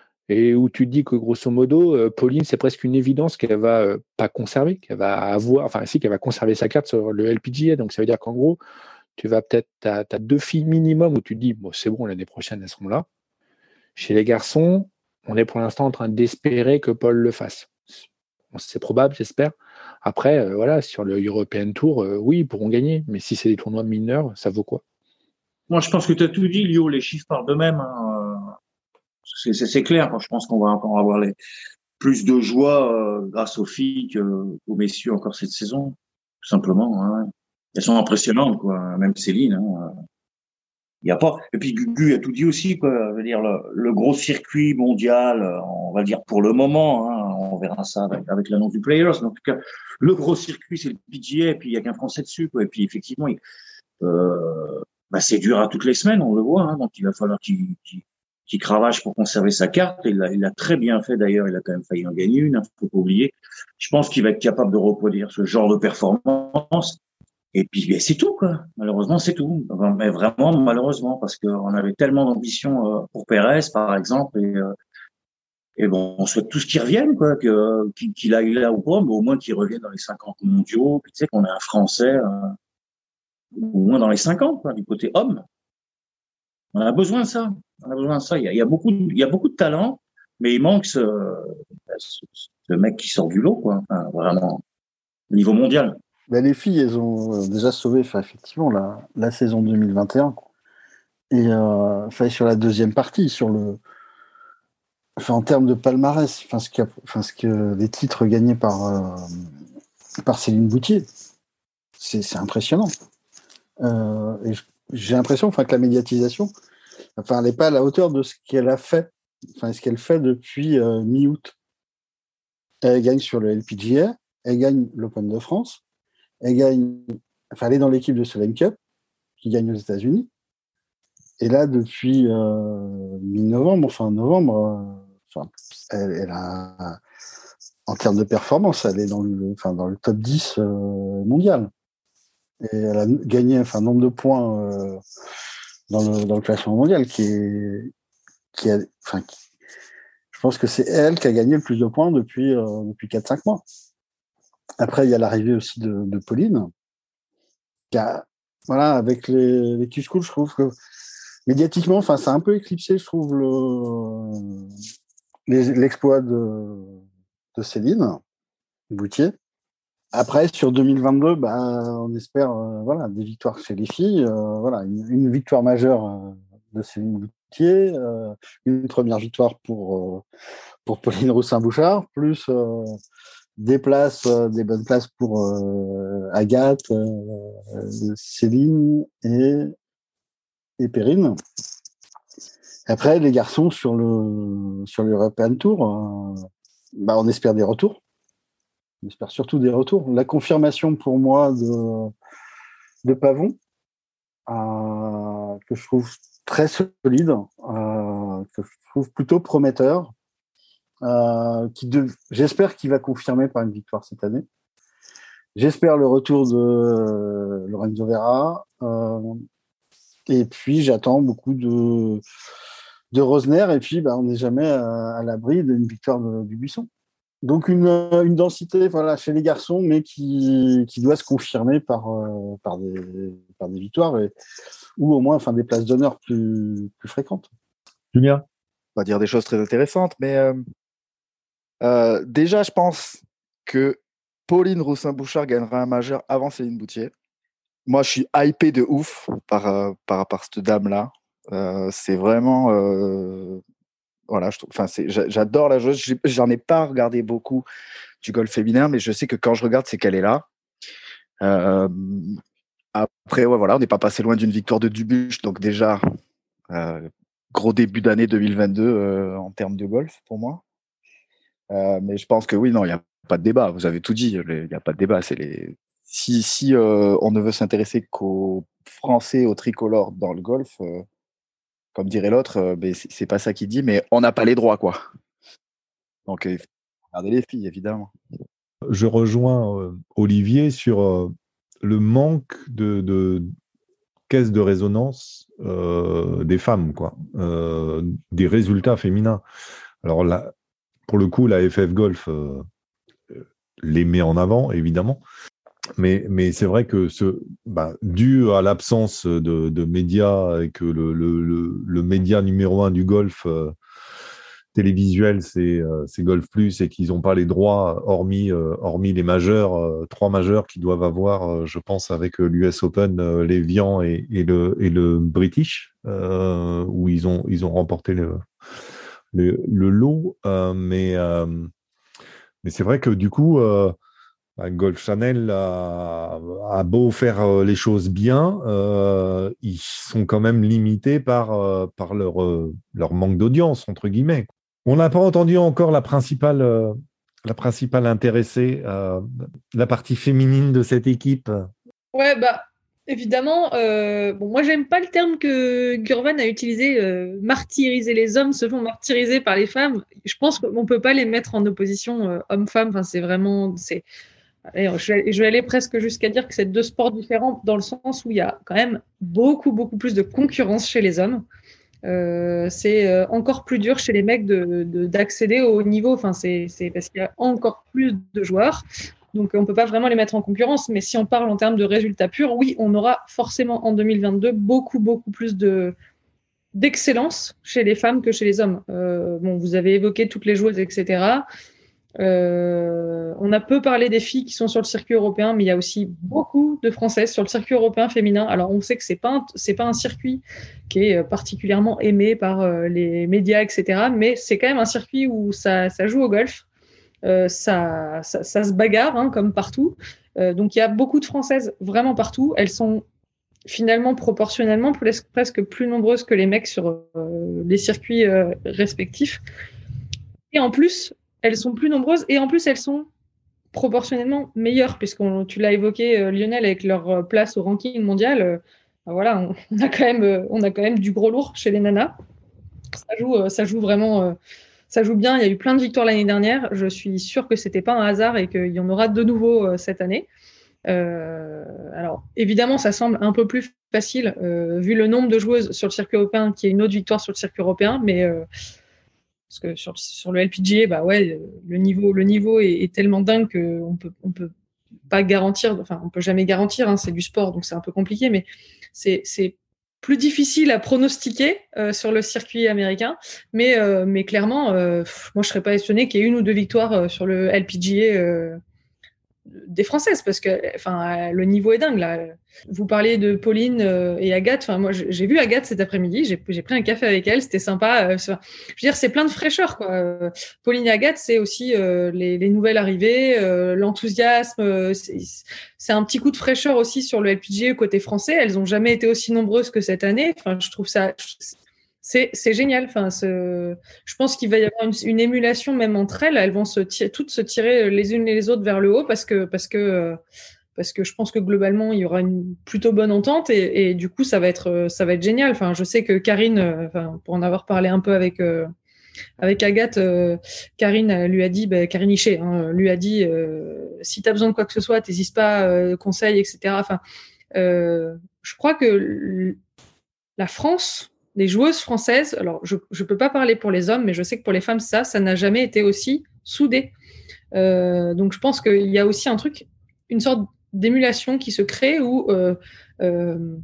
Et où tu te dis que grosso modo, euh, Pauline, c'est presque une évidence qu'elle va euh, pas conserver, qu'elle va avoir, enfin, si, qu'elle va conserver sa carte sur le L P G A. Donc, ça veut dire qu'en gros, tu vas peut-être, tu as deux filles minimum où tu te dis, bon, c'est bon, l'année prochaine, elles seront là. Chez les garçons, on est pour l'instant en train d'espérer que Paul le fasse. C'est probable, j'espère. Après, euh, voilà, sur le European Tour, euh, oui, ils pourront gagner. Mais si c'est des tournois mineurs, ça vaut quoi? Moi, je pense que tu as tout dit, Lio. Les chiffres parlent d'eux-mêmes. Hein. C'est, c'est, c'est clair. Je pense qu'on va encore avoir les, plus de joie euh, grâce aux filles qu'aux messieurs encore cette saison, tout simplement. Hein. Elles sont impressionnantes, quoi. Même Céline. Hein. Il y a pas. Et puis Gugu a tout dit aussi, quoi. Je veux dire, le, le gros circuit mondial, euh, on va dire pour le moment, hein, on verra ça avec, avec l'annonce du Players. Mais en tout cas, le gros circuit, c'est le P G A, et puis il y a qu'un Français dessus, quoi. Et puis effectivement, il, euh, bah, c'est dur à toutes les semaines, on le voit. Hein, donc il va falloir qu'il, qu'il, qu'il cravache pour conserver sa carte. Il l'a, il l'a très bien fait d'ailleurs. Il a quand même failli en gagner une. Hein, faut pas oublier. Je pense qu'il va être capable de reproduire ce genre de performance. Et puis, ben, c'est tout, quoi. Malheureusement, c'est tout. Enfin, mais vraiment, malheureusement, parce qu'on avait tellement d'ambition euh, pour Pérez, par exemple, et, euh, et bon, on souhaite tous qu'il revienne, quoi, que, qu'il, qu'il aille là ou pas, mais au moins qu'il revienne dans les cinquante mondiaux. Puis, tu sais qu'on a un Français, euh, au moins dans les cinquante, quoi, du côté homme. On a besoin de ça. On a besoin de ça. Il y a, il y a beaucoup, de, il y a beaucoup de talent, mais il manque ce, ce, ce mec qui sort du lot, quoi. Enfin, vraiment, au niveau mondial. Ben, les filles, elles ont déjà sauvé, enfin, effectivement, la, la saison deux mille vingt et un. Et euh, enfin, sur la deuxième partie, sur le, enfin, en termes de palmarès, enfin, ce, a, enfin, ce que les titres gagnés par, euh, par Céline Boutier, c'est, c'est impressionnant. Euh, et j'ai l'impression, enfin, que la médiatisation, enfin, elle n'est pas à la hauteur de ce qu'elle a fait, enfin, ce qu'elle fait depuis euh, mi-août. Elle gagne sur le L P G A, elle gagne l'Open de France. Elle gagne, enfin, elle est dans l'équipe de Solheim Cup, qui gagne aux États-Unis. Et là, depuis euh, mi-novembre, enfin novembre, euh, enfin, elle, elle a, en termes de performance, elle est dans le, enfin, dans le top dix euh, mondial. Et elle a gagné, enfin, nombre de points euh, dans, le, dans le classement mondial, qui est, qui a, enfin, qui, je pense que c'est elle qui a gagné le plus de points depuis, euh, depuis quatre cinq mois. Après, il y a l'arrivée aussi de, de Pauline. Qui a, voilà, avec les, les Q-School, je trouve que médiatiquement, enfin, ça a un peu éclipsé, je trouve, le, les, l'exploit de, de Céline Boutier. Après, sur deux mille vingt-deux, bah, on espère euh, voilà, des victoires chez les filles. Euh, voilà, une, une victoire majeure euh, de Céline Boutier, euh, une première victoire pour, euh, pour Pauline Roussin-Bouchard, plus euh, des places, euh, des bonnes places pour euh, Agathe, euh, Céline et, et Perrine. Après, les garçons sur le sur l'European Tour, euh, bah, on espère des retours. On espère surtout des retours. La confirmation pour moi de, de Pavon, euh, que je trouve très solide, euh, que je trouve plutôt prometteur. Euh, qui de... J'espère qu'il va confirmer par une victoire cette année. j'espère le retour de euh, Lorenzo Vera. Euh, et puis, j'attends beaucoup de, de Rosner. Et puis, bah, on n'est jamais à, à l'abri d'une victoire de, du Buisson. Donc, une, une densité voilà, chez les garçons, mais qui, qui doit se confirmer par, euh, par, des, par des victoires et, ou au moins enfin, des places d'honneur plus, plus fréquentes. Julien? On va dire des choses très intéressantes, mais euh, euh, déjà, je pense que Pauline Roussin-Bouchard gagnera un majeur avant Céline Boutier. Moi, je suis hypé de ouf par, euh, par, par cette dame-là. Euh, c'est vraiment... Euh, voilà, je trouve, enfin, c'est, j'adore la joueuse. J'en ai pas regardé beaucoup du golf féminin, mais je sais que quand je regarde, c'est qu'elle est là. Euh, après, ouais, voilà, on n'est pas passé loin d'une victoire de Dubuche, donc déjà, euh, gros début d'année deux mille vingt-deux euh, en termes de golf pour moi. Euh, mais je pense que oui, non, il n'y a pas de débat. Vous avez tout dit. Il n'y a pas de débat. C'est les... Si, si euh, on ne veut s'intéresser qu'aux Français, aux tricolores dans le golf, euh, comme dirait l'autre, euh, ben, c'est, c'est pas ça qu'il dit, mais on n'a pas les droits, quoi. Donc, il faut regarder les filles, évidemment. Je rejoins euh, Olivier sur euh, le manque de, de caisse de résonance euh, des femmes, quoi, euh, des résultats féminins. Alors là, pour le coup, la F F Golf euh, les met en avant, évidemment. Mais, mais c'est vrai que ce, bah, dû à l'absence de, de médias et que le, le, le, le média numéro un du golf euh, télévisuel, c'est, euh, c'est Golf Plus et qu'ils n'ont pas les droits, hormis, euh, hormis les majeurs, euh, trois majeurs qui doivent avoir, euh, je pense, avec l'U S Open, euh, l'Evian et, et, le, et le British, euh, où ils ont, ils ont remporté le, le, le lot. Euh, mais, euh, mais c'est vrai que du coup... Euh, Golf Channel a, a beau faire les choses bien, euh, ils sont quand même limités par, euh, par leur, euh, leur manque d'audience, entre guillemets. On n'a pas entendu encore la principale, euh, la principale intéressée, euh, la partie féminine de cette équipe. Ouais, bah, évidemment, euh, bon, moi, j'aime pas le terme que Gurvan a utilisé, euh, martyriser les hommes se font martyriser par les femmes. Je pense qu'on peut pas les mettre en opposition euh, homme-femme. Enfin, c'est vraiment, c'est, allez, je vais, je vais aller presque jusqu'à dire que c'est deux sports différents dans le sens où il y a quand même beaucoup, beaucoup plus de concurrence chez les hommes. Euh, c'est euh, encore plus dur chez les mecs de, de, d'accéder au haut niveau. Enfin, c'est, c'est parce qu'il y a encore plus de joueurs. Donc, on ne peut pas vraiment les mettre en concurrence. Mais si on parle en termes de résultats purs, oui, on aura forcément en deux mille vingt-deux beaucoup, beaucoup plus de, d'excellence chez les femmes que chez les hommes. Euh, bon, vous avez évoqué toutes les joueuses, et cetera. Euh, on a peu parlé des filles qui sont sur le circuit européen, mais il y a aussi beaucoup de Françaises sur le circuit européen féminin. Alors, on sait que c'est pas un, c'est pas un circuit qui est particulièrement aimé par euh, les médias, et cetera. Mais c'est quand même un circuit où ça, ça joue au golf, euh, ça, ça, ça se bagarre, hein, comme partout. Euh, donc, il y a beaucoup de Françaises vraiment partout. Elles sont finalement proportionnellement presque plus nombreuses que les mecs sur euh, les circuits euh, respectifs. Et en plus, elles sont plus nombreuses et en plus, elles sont proportionnellement meilleures, puisque tu l'as évoqué, euh, Lionel, avec leur place au ranking mondial. Euh, ben voilà, on, on, a quand même, euh, on a quand même du gros lourd chez les nanas. Ça joue, euh, ça joue vraiment, euh, ça joue bien. Il y a eu plein de victoires l'année dernière. Je suis sûre que c'était pas un hasard et qu'il y en aura de nouveau euh, cette année. Euh, alors, évidemment, ça semble un peu plus facile, euh, vu le nombre de joueuses sur le circuit européen, qu'il y ait une autre victoire sur le circuit européen, mais... Euh, parce que sur, sur le L P G A, bah ouais, le niveau, le niveau est, est tellement dingue qu'on peut, on peut pas garantir, enfin, on peut jamais garantir, hein, c'est du sport, donc c'est un peu compliqué, mais c'est, c'est plus difficile à pronostiquer euh, sur le circuit américain. Mais, euh, mais clairement, euh, moi, je serais pas étonné qu'il y ait une ou deux victoires euh, sur le L P G A euh, des Françaises, parce que enfin, le niveau est dingue là. Vous parliez de Pauline euh, et Agathe. Enfin, moi, j'ai vu Agathe cet après-midi. J'ai, j'ai pris un café avec elle. C'était sympa. Euh, je veux dire, c'est plein de fraîcheur, quoi. Euh, Pauline et Agathe, c'est aussi euh, les, les nouvelles arrivées, euh, l'enthousiasme. Euh, c'est, c'est un petit coup de fraîcheur aussi sur le L P G A côté français. Elles ont jamais été aussi nombreuses que cette année. Enfin, je trouve ça. C'est, c'est génial. Enfin, c'est, je pense qu'il va y avoir une, une émulation même entre elles. Elles vont se tirer, toutes se tirer les unes et les autres vers le haut parce que, parce que, parce que je pense que globalement il y aura une plutôt bonne entente et, et du coup ça va être, ça va être génial. Enfin, je sais que Karine, enfin, pour en avoir parlé un peu avec euh, avec Agathe, euh, Karine lui a dit, bah, Karine Hichet, hein, lui a dit, euh, si tu as besoin de quoi que ce soit, t'hésites pas, euh, conseils, et cetera. Enfin, euh, je crois que l- la France, les joueuses françaises, alors je ne peux pas parler pour les hommes, mais je sais que pour les femmes, ça, ça n'a jamais été aussi soudé. Euh, donc je pense qu'il y a aussi un truc, une sorte d'émulation qui se crée où euh, euh,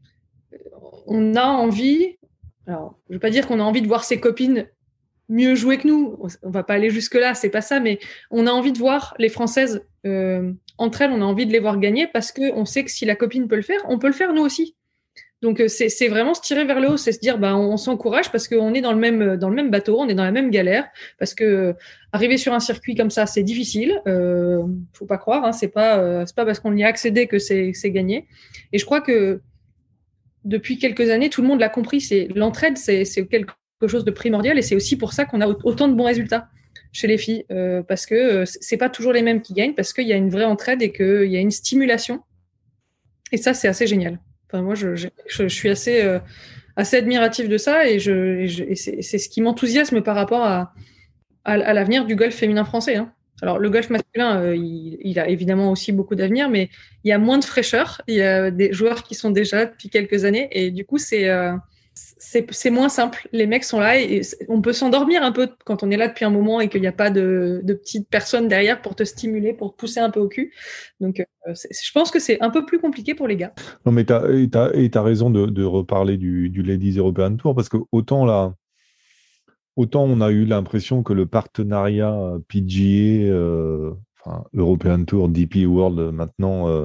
on a envie, alors je ne veux pas dire qu'on a envie de voir ses copines mieux jouer que nous, on va pas aller jusque là, c'est pas ça, mais on a envie de voir les Françaises euh, entre elles, on a envie de les voir gagner parce que on sait que si la copine peut le faire, on peut le faire nous aussi. Donc euh, c'est, c'est vraiment se tirer vers le haut, c'est se dire bah on, on s'encourage parce qu'on est dans le même dans le même bateau, on est dans la même galère, parce que euh, arriver sur un circuit comme ça c'est difficile, euh, faut pas croire, hein, c'est pas euh, c'est pas parce qu'on y a accédé que c'est c'est gagné. Et je crois que depuis quelques années tout le monde l'a compris, c'est l'entraide, c'est c'est quelque chose de primordial et c'est aussi pour ça qu'on a autant de bons résultats chez les filles, euh, parce que euh, c'est pas toujours les mêmes qui gagnent, parce qu'il y a une vraie entraide et qu'il y a une stimulation. Et ça, c'est assez génial. Enfin, moi, je, je, je suis assez, euh, assez admirative de ça et, je, et, je, et c'est, c'est ce qui m'enthousiasme par rapport à, à, à l'avenir du golf féminin français. Hein. Alors, le golf masculin, euh, il, il a évidemment aussi beaucoup d'avenir, mais il y a moins de fraîcheur. Il y a des joueurs qui sont déjà là depuis quelques années et du coup, c'est, euh, c'est, c'est moins simple. Les mecs sont là et on peut s'endormir un peu quand on est là depuis un moment et qu'il n'y a pas de, de petites personnes derrière pour te stimuler, pour te pousser un peu au cul. Donc, euh, c'est, je pense que c'est un peu plus compliqué pour les gars. Non, mais tu as raison de, de reparler du, du Ladies European Tour parce que autant là, autant on a eu l'impression que le partenariat P G A, euh, enfin European Tour, D P World maintenant, euh,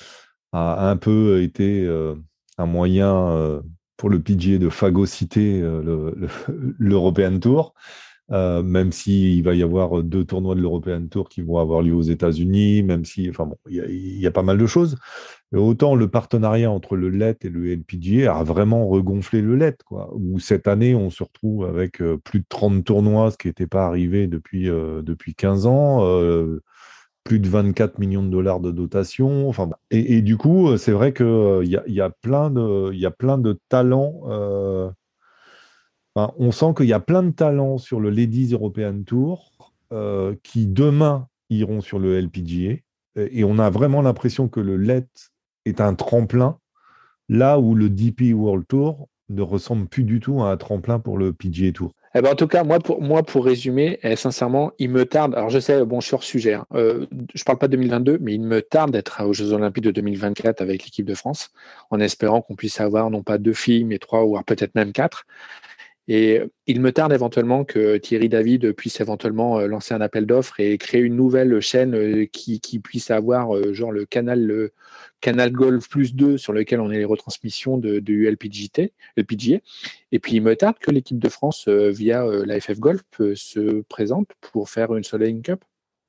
a un peu été euh, un moyen euh, pour le P G A de phagocyter euh, le, le, l'European Tour, euh, même s'il va y avoir deux tournois de l'European Tour qui vont avoir lieu aux États-Unis, même si, enfin bon, il y, y a pas mal de choses. Mais autant le partenariat entre le L E T et le L P G A a vraiment regonflé le L E T, quoi. Où cette année, on se retrouve avec euh, plus de trente tournois, ce qui n'était pas arrivé depuis, euh, depuis quinze ans. Euh, plus de vingt-quatre millions de dollars de dotation. Enfin, et, et du coup, c'est vrai qu'il euh, y, a, y, a plein de, y a plein de talents. Euh, enfin, on sent qu'il y a plein de talents sur le Ladies European Tour euh, qui demain iront sur le L P G A. Et, et on a vraiment l'impression que le L E T est un tremplin, là où le D P World Tour ne ressemble plus du tout à un tremplin pour le P G A Tour. Eh ben, en tout cas, moi, pour, moi, pour résumer, eh, sincèrement, il me tarde. Alors, je sais, bon, je suis hors sujet. Hein. Euh, je ne parle pas de deux mille vingt-deux, mais il me tarde d'être aux Jeux Olympiques de deux mille vingt-quatre avec l'équipe de France, en espérant qu'on puisse avoir non pas deux filles, mais trois, ou peut-être même quatre. Et il me tarde éventuellement que Thierry David puisse éventuellement lancer un appel d'offres et créer une nouvelle chaîne qui, qui puisse avoir genre le canal, le canal Golf plus deux sur lequel on a les retransmissions de, de L P G T, L P G A. Et puis il me tarde que l'équipe de France via la F F Golf se présente pour faire une Solheim Cup.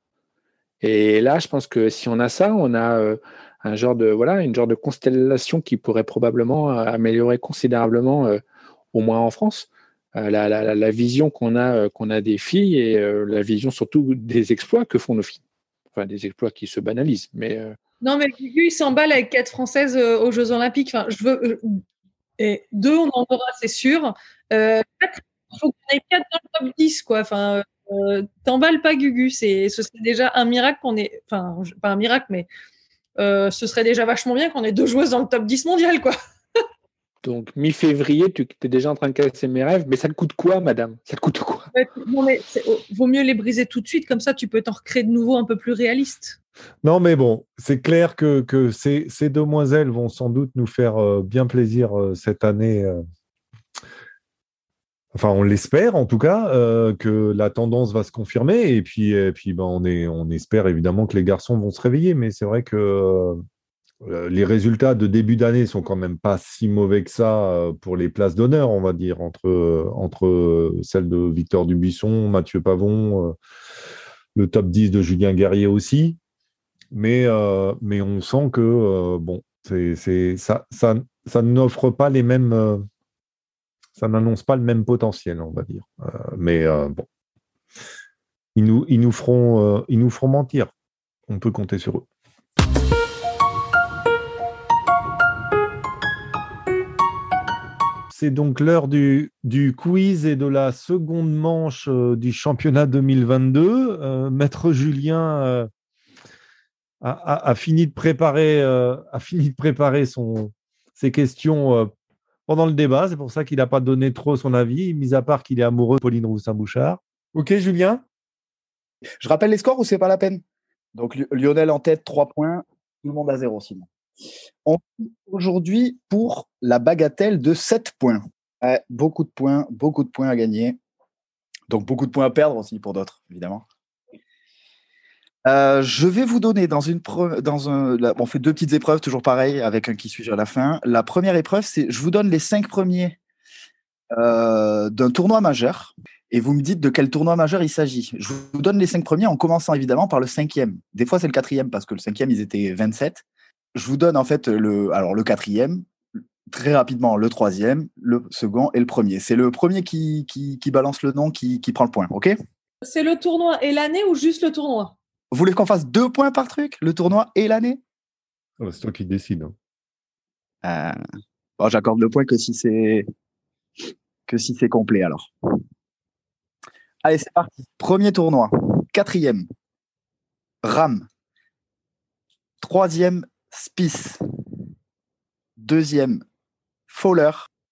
Et là, je pense que si on a ça, on a un genre de voilà, une genre de constellation qui pourrait probablement améliorer considérablement, au moins en France. La, la, la vision qu'on a, qu'on a des filles et euh, la vision surtout des exploits que font nos filles. Enfin, des exploits qui se banalisent. Mais, euh... Non, mais Gugu, il s'emballe avec quatre Françaises euh, aux Jeux Olympiques. Enfin, je veux, euh, et deux, on en aura, c'est sûr. Euh, quatre, il faut qu'on ait quatre dans le top dix, quoi. Enfin, euh, t'emballes pas, Gugu. C'est, ce serait déjà un miracle qu'on ait. Enfin, pas un miracle, mais euh, ce serait déjà vachement bien qu'on ait deux joueuses dans le top dix mondial, quoi. Donc, mi-février, tu es déjà en train de casser mes rêves. Mais ça te coûte quoi, madame? Ça te coûte quoi? Non, mais vaut mieux les briser tout de suite. Comme ça, tu peux t'en recréer de nouveau un peu plus réaliste. Non, mais bon, c'est clair que, que ces, ces demoiselles vont sans doute nous faire euh, bien plaisir euh, cette année. Euh... Enfin, on l'espère en tout cas, euh, que la tendance va se confirmer. Et puis, et puis ben, on, est, on espère évidemment que les garçons vont se réveiller. Mais c'est vrai que... Euh... les résultats de début d'année sont quand même pas si mauvais que ça pour les places d'honneur, on va dire, entre, entre celles de Victor Dubuisson, Mathieu Pavon, le top dix de Julien Guerrier aussi. Mais, euh, mais on sent que euh, bon, c'est, c'est, ça, ça, ça n'offre pas les mêmes... Euh, ça n'annonce pas le même potentiel, on va dire. Euh, mais euh, bon, ils nous, ils, nous feront, euh, ils nous feront mentir. On peut compter sur eux. C'est donc l'heure du, du quiz et de la seconde manche euh, du championnat deux mille vingt-deux. Euh, Maître Julien, euh, a, a- a fini de préparer, euh, a fini de préparer son, ses questions euh, pendant le débat. C'est pour ça qu'il n'a pas donné trop son avis, mis à part qu'il est amoureux de Pauline Roussin-Bouchard. Ok, Julien? Je rappelle les scores ou c'est pas la peine? Donc Li- Lionel en tête, trois points. Tout le monde à zéro sinon. On joue aujourd'hui pour la bagatelle de sept points. Ouais, beaucoup de points, beaucoup de points à gagner. Donc beaucoup de points à perdre aussi pour d'autres, évidemment. Euh, je vais vous donner dans une pre- dans un, là, on fait deux petites épreuves, toujours pareil, avec un qui suis-je à la fin. La première épreuve, c'est je vous donne les cinq premiers euh, d'un tournoi majeur et vous me dites de quel tournoi majeur il s'agit. Je vous donne les cinq premiers en commençant évidemment par le cinquième. Des fois, c'est le quatrième parce que le cinquième, ils étaient vingt-sept. Je vous donne en fait le, alors le quatrième, très rapidement le troisième, le second et le premier. C'est le premier qui, qui, qui balance le nom qui, qui prend le point, ok? C'est le tournoi et l'année ou juste le tournoi? Vous voulez qu'on fasse deux points par truc, le tournoi et l'année? Oh, c'est toi qui décides. hein. Euh, bon, j'accorde le point que si c'est que si c'est complet alors. Allez, c'est parti. Premier tournoi. Quatrième, Ram. Troisième, Spice. Deuxième, Fowler.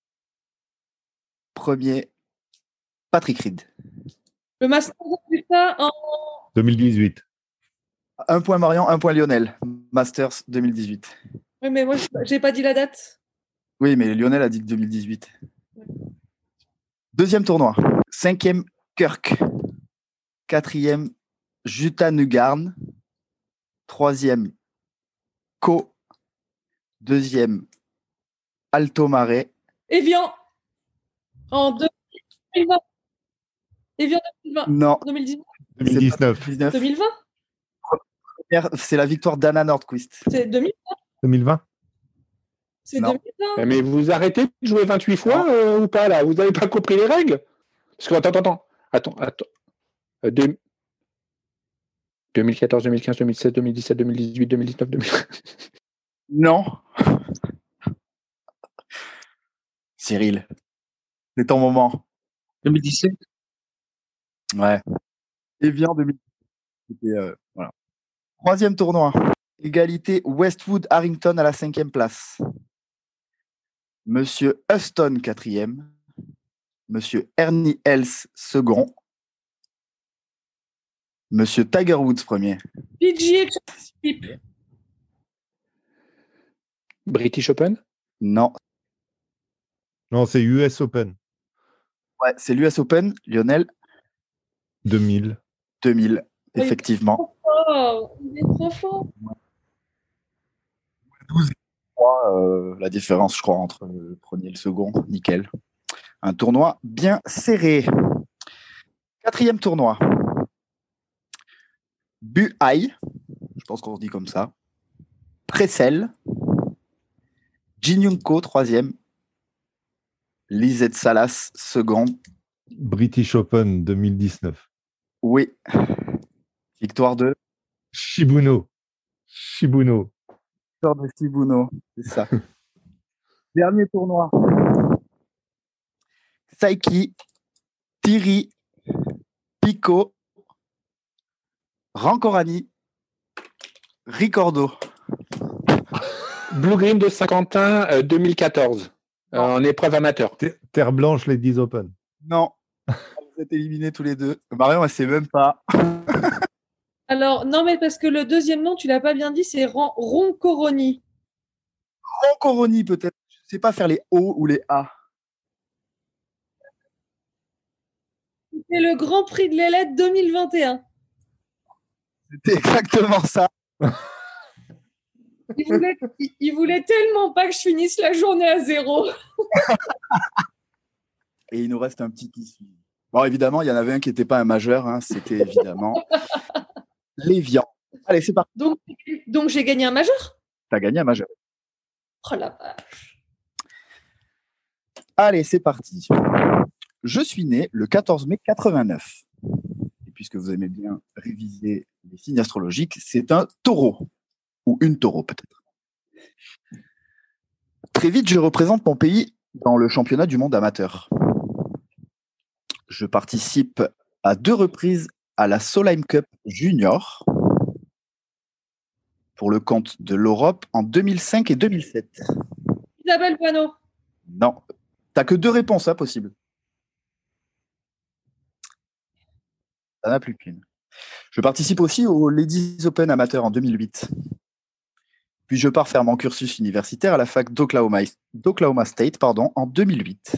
Premier, Patrick Reed. Le Master résultat en. deux mille dix-huit. Un point Marion, un point Lionel. Masters deux mille dix-huit. Oui, mais moi, j'ai pas dit la date. Oui, mais Lionel a dit deux mille dix-huit. Deuxième tournoi. Cinquième, Kirk. Quatrième, Jutta Nuggarn. Troisième, Co. Deuxième, Alto Mare. Evian en deux mille vingt. Evian deux mille vingt. Non. deux mille dix-neuf. deux mille dix-neuf. deux mille dix-neuf. deux mille vingt. C'est la victoire d'Anna Nordquist. C'est deux mille vingt. deux mille vingt. C'est Non. deux mille vingt. Mais vous arrêtez de jouer vingt-huit fois euh, ou pas là? Vous n'avez pas compris les règles? Parce que attends, attends, attends, attends. Euh, deux- deux mille quatorze, deux mille quinze, deux mille seize, deux mille dix-sept, deux mille dix-huit, deux mille dix-neuf, deux mille vingt. Non. Cyril, c'est ton moment. deux mille dix-sept. Ouais. Evian deux mille. C'était, euh, voilà. Troisième tournoi. Égalité Westwood-Harrington à la cinquième place. Monsieur Huston, quatrième. Monsieur Ernie Els, second. Monsieur Tiger Woods, premier. P G A Championship. British Open? Non. Non, c'est U S Open. Ouais, c'est l'U S Open, Lionel, deux mille. deux mille, Oui. effectivement. Oh, il est trop fort. Euh, la différence, je crois, entre le premier et le second. Nickel. Un tournoi bien serré. Quatrième tournoi. Bu-Ai, je pense qu'on se dit comme ça. Pressel. Jin Young-ko, troisième. Lisette Salas, second. British Open deux mille dix-neuf. Oui. Victoire de Shibuno. Shibuno. Victoire de Shibuno, c'est ça. Dernier tournoi. Saiki, Thierry, Pico, Rancorani, Ricordo. Blue Green de Saint-Quentin euh, deux mille quatorze. euh, en épreuve amateur. Ter- Terre Blanche, Ladies Open. Non. Vous êtes éliminés tous les deux. Marion, elle sait même pas. Alors, non, mais parce que le deuxième nom, tu l'as pas bien dit, c'est Ron- Roncoroni. Rancoroni, peut-être. Je ne sais pas faire les O ou les A. C'est le Grand Prix de l'Ailette deux mille vingt et un. C'était exactement ça. Il voulait, il, il voulait tellement pas que je finisse la journée à zéro. Et il nous reste un petit qui suit. Bon, évidemment, il y en avait un qui n'était pas un majeur. Hein. C'était évidemment Lévian. Allez, c'est parti. Donc, donc j'ai gagné un majeur. Tu as gagné un majeur. Oh la vache. Allez, c'est parti. Je suis né le quatorze mai quatre-vingt-neuf. Et puisque vous aimez bien réviser les signes astrologiques, c'est un taureau. Ou une taureau, peut-être. Très vite, je représente mon pays dans le championnat du monde amateur. Je participe à deux reprises à la Solheim Cup Junior. pour le compte de l'Europe en deux mille cinq et deux mille sept? Isabelle Boineau. Non. T'as que deux réponses hein, possibles. Ça n'a plus qu'une. Je participe aussi au Ladies Open Amateur en deux mille huit. Puis je pars faire mon cursus universitaire à la fac d'Oklahoma, d'Oklahoma State pardon, en deux mille huit.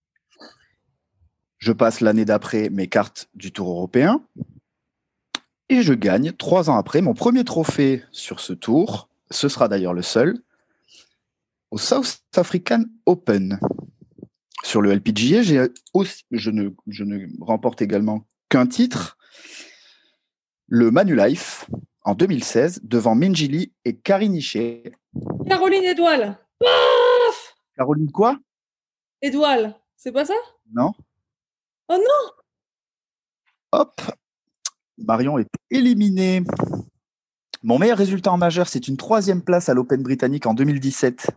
Je passe l'année d'après mes cartes du Tour européen et je gagne trois ans après mon premier trophée sur ce tour. Ce sera d'ailleurs le seul au South African Open. Sur le L P G A, j'ai aussi, je, ne, je ne remporte également qu'un titre, le Manulife en deux mille seize devant Minjili et Cariniché. Caroline Édouard. Paf Caroline quoi? Édouard, c'est pas ça? Non. Oh non! Hop, Marion est éliminée. Mon meilleur résultat en majeur, c'est une troisième place à l'Open britannique en deux mille dix-sept.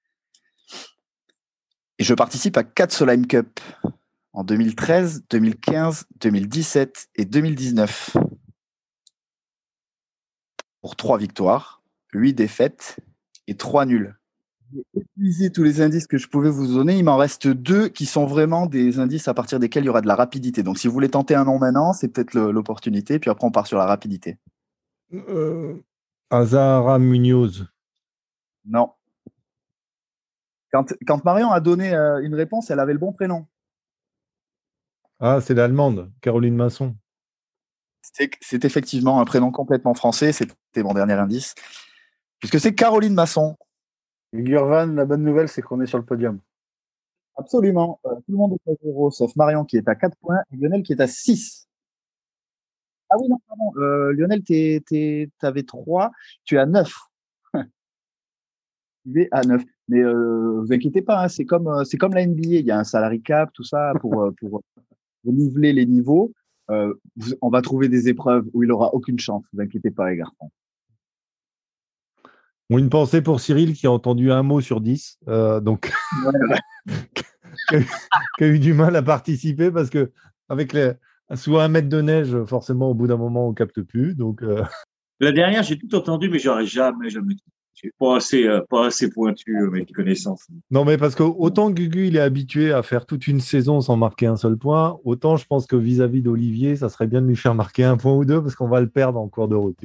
Et je participe à quatre Solheim Cup en deux mille treize, deux mille quinze, deux mille dix-sept et deux mille dix-neuf. Pour trois victoires, huit défaites et trois nuls. J'ai épuisé tous les indices que je pouvais vous donner. Il m'en reste deux qui sont vraiment des indices à partir desquels il y aura de la rapidité. Donc si vous voulez tenter un nom maintenant, c'est peut-être le, l'opportunité. Puis après, on part sur la rapidité. Euh, Azahara Munoz. Non. Quand, quand Marion a donné euh, une réponse, elle avait le bon prénom. Ah, c'est l'allemande, Caroline Masson. C'est, c'est effectivement un prénom complètement français. C'était mon dernier indice. Puisque c'est Caroline Masson. Et Gurvan, la bonne nouvelle, c'est qu'on est sur le podium. Absolument. Euh, tout le monde est à zéro, sauf Marion qui est à quatre points et Lionel qui est à six. Ah oui, non, pardon. Euh, Lionel, tu avais trois. Tu es à neuf. Tu es à neuf. Mais euh, vous inquiétez pas, hein, c'est comme, euh, c'est comme la N B A. Il y a un salary cap, tout ça, pour, euh, pour renouveler les niveaux. Euh, vous, on va trouver des épreuves où il aura aucune chance. Vous inquiétez pas, les garçons. Bon, une pensée pour Cyril qui a entendu un mot sur dix, euh, donc Ouais, ouais. qui, a eu, qui a eu du mal à participer parce que avec les, sous un mètre de neige, forcément, au bout d'un moment, on capte plus. Donc, euh... La dernière, j'ai tout entendu, mais j'aurais jamais, jamais. Je suis pas assez, euh, pas assez pointu euh, mes connaissances. Non, mais parce que autant Gugu, il est habitué à faire toute une saison sans marquer un seul point, autant je pense que vis-à-vis d'Olivier, ça serait bien de lui faire marquer un point ou deux parce qu'on va le perdre en cours de route.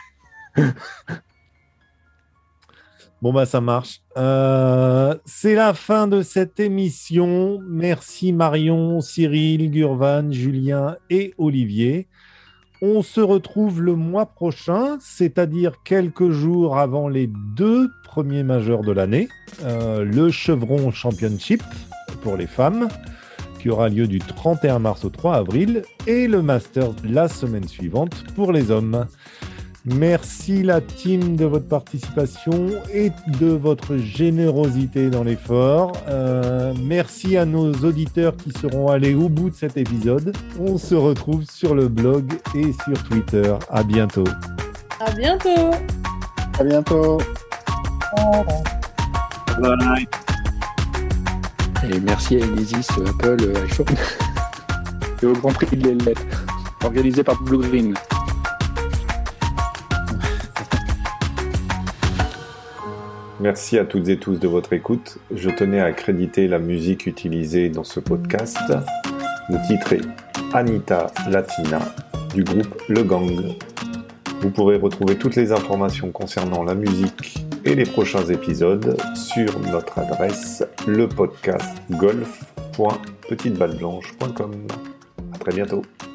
Bon, bah, ça marche. Euh, c'est la fin de cette émission. Merci Marion, Cyril, Gurvan, Julien et Olivier. On se retrouve le mois prochain, c'est-à-dire quelques jours avant les deux premiers majeurs de l'année. Euh, le Chevron Championship pour les femmes, qui aura lieu du trente et un mars au trois avril, et le Masters la semaine suivante pour les hommes. Merci la team de votre participation et de votre générosité dans l'effort. Euh, merci à nos auditeurs qui seront allés au bout de cet épisode. On se retrouve sur le blog et sur Twitter. À bientôt. À bientôt. À bientôt. Bye. Et merci à Inesis, Apple, iPhone et au Grand Prix de l'Ellet, organisé par Blue Green. Merci à toutes et tous de votre écoute. Je tenais à créditer la musique utilisée dans ce podcast. Le titre est Anita Latina du groupe Le Gang. Vous pourrez retrouver toutes les informations concernant la musique et les prochains épisodes sur notre adresse le podcast golf point petite balle blanche point com. À très bientôt.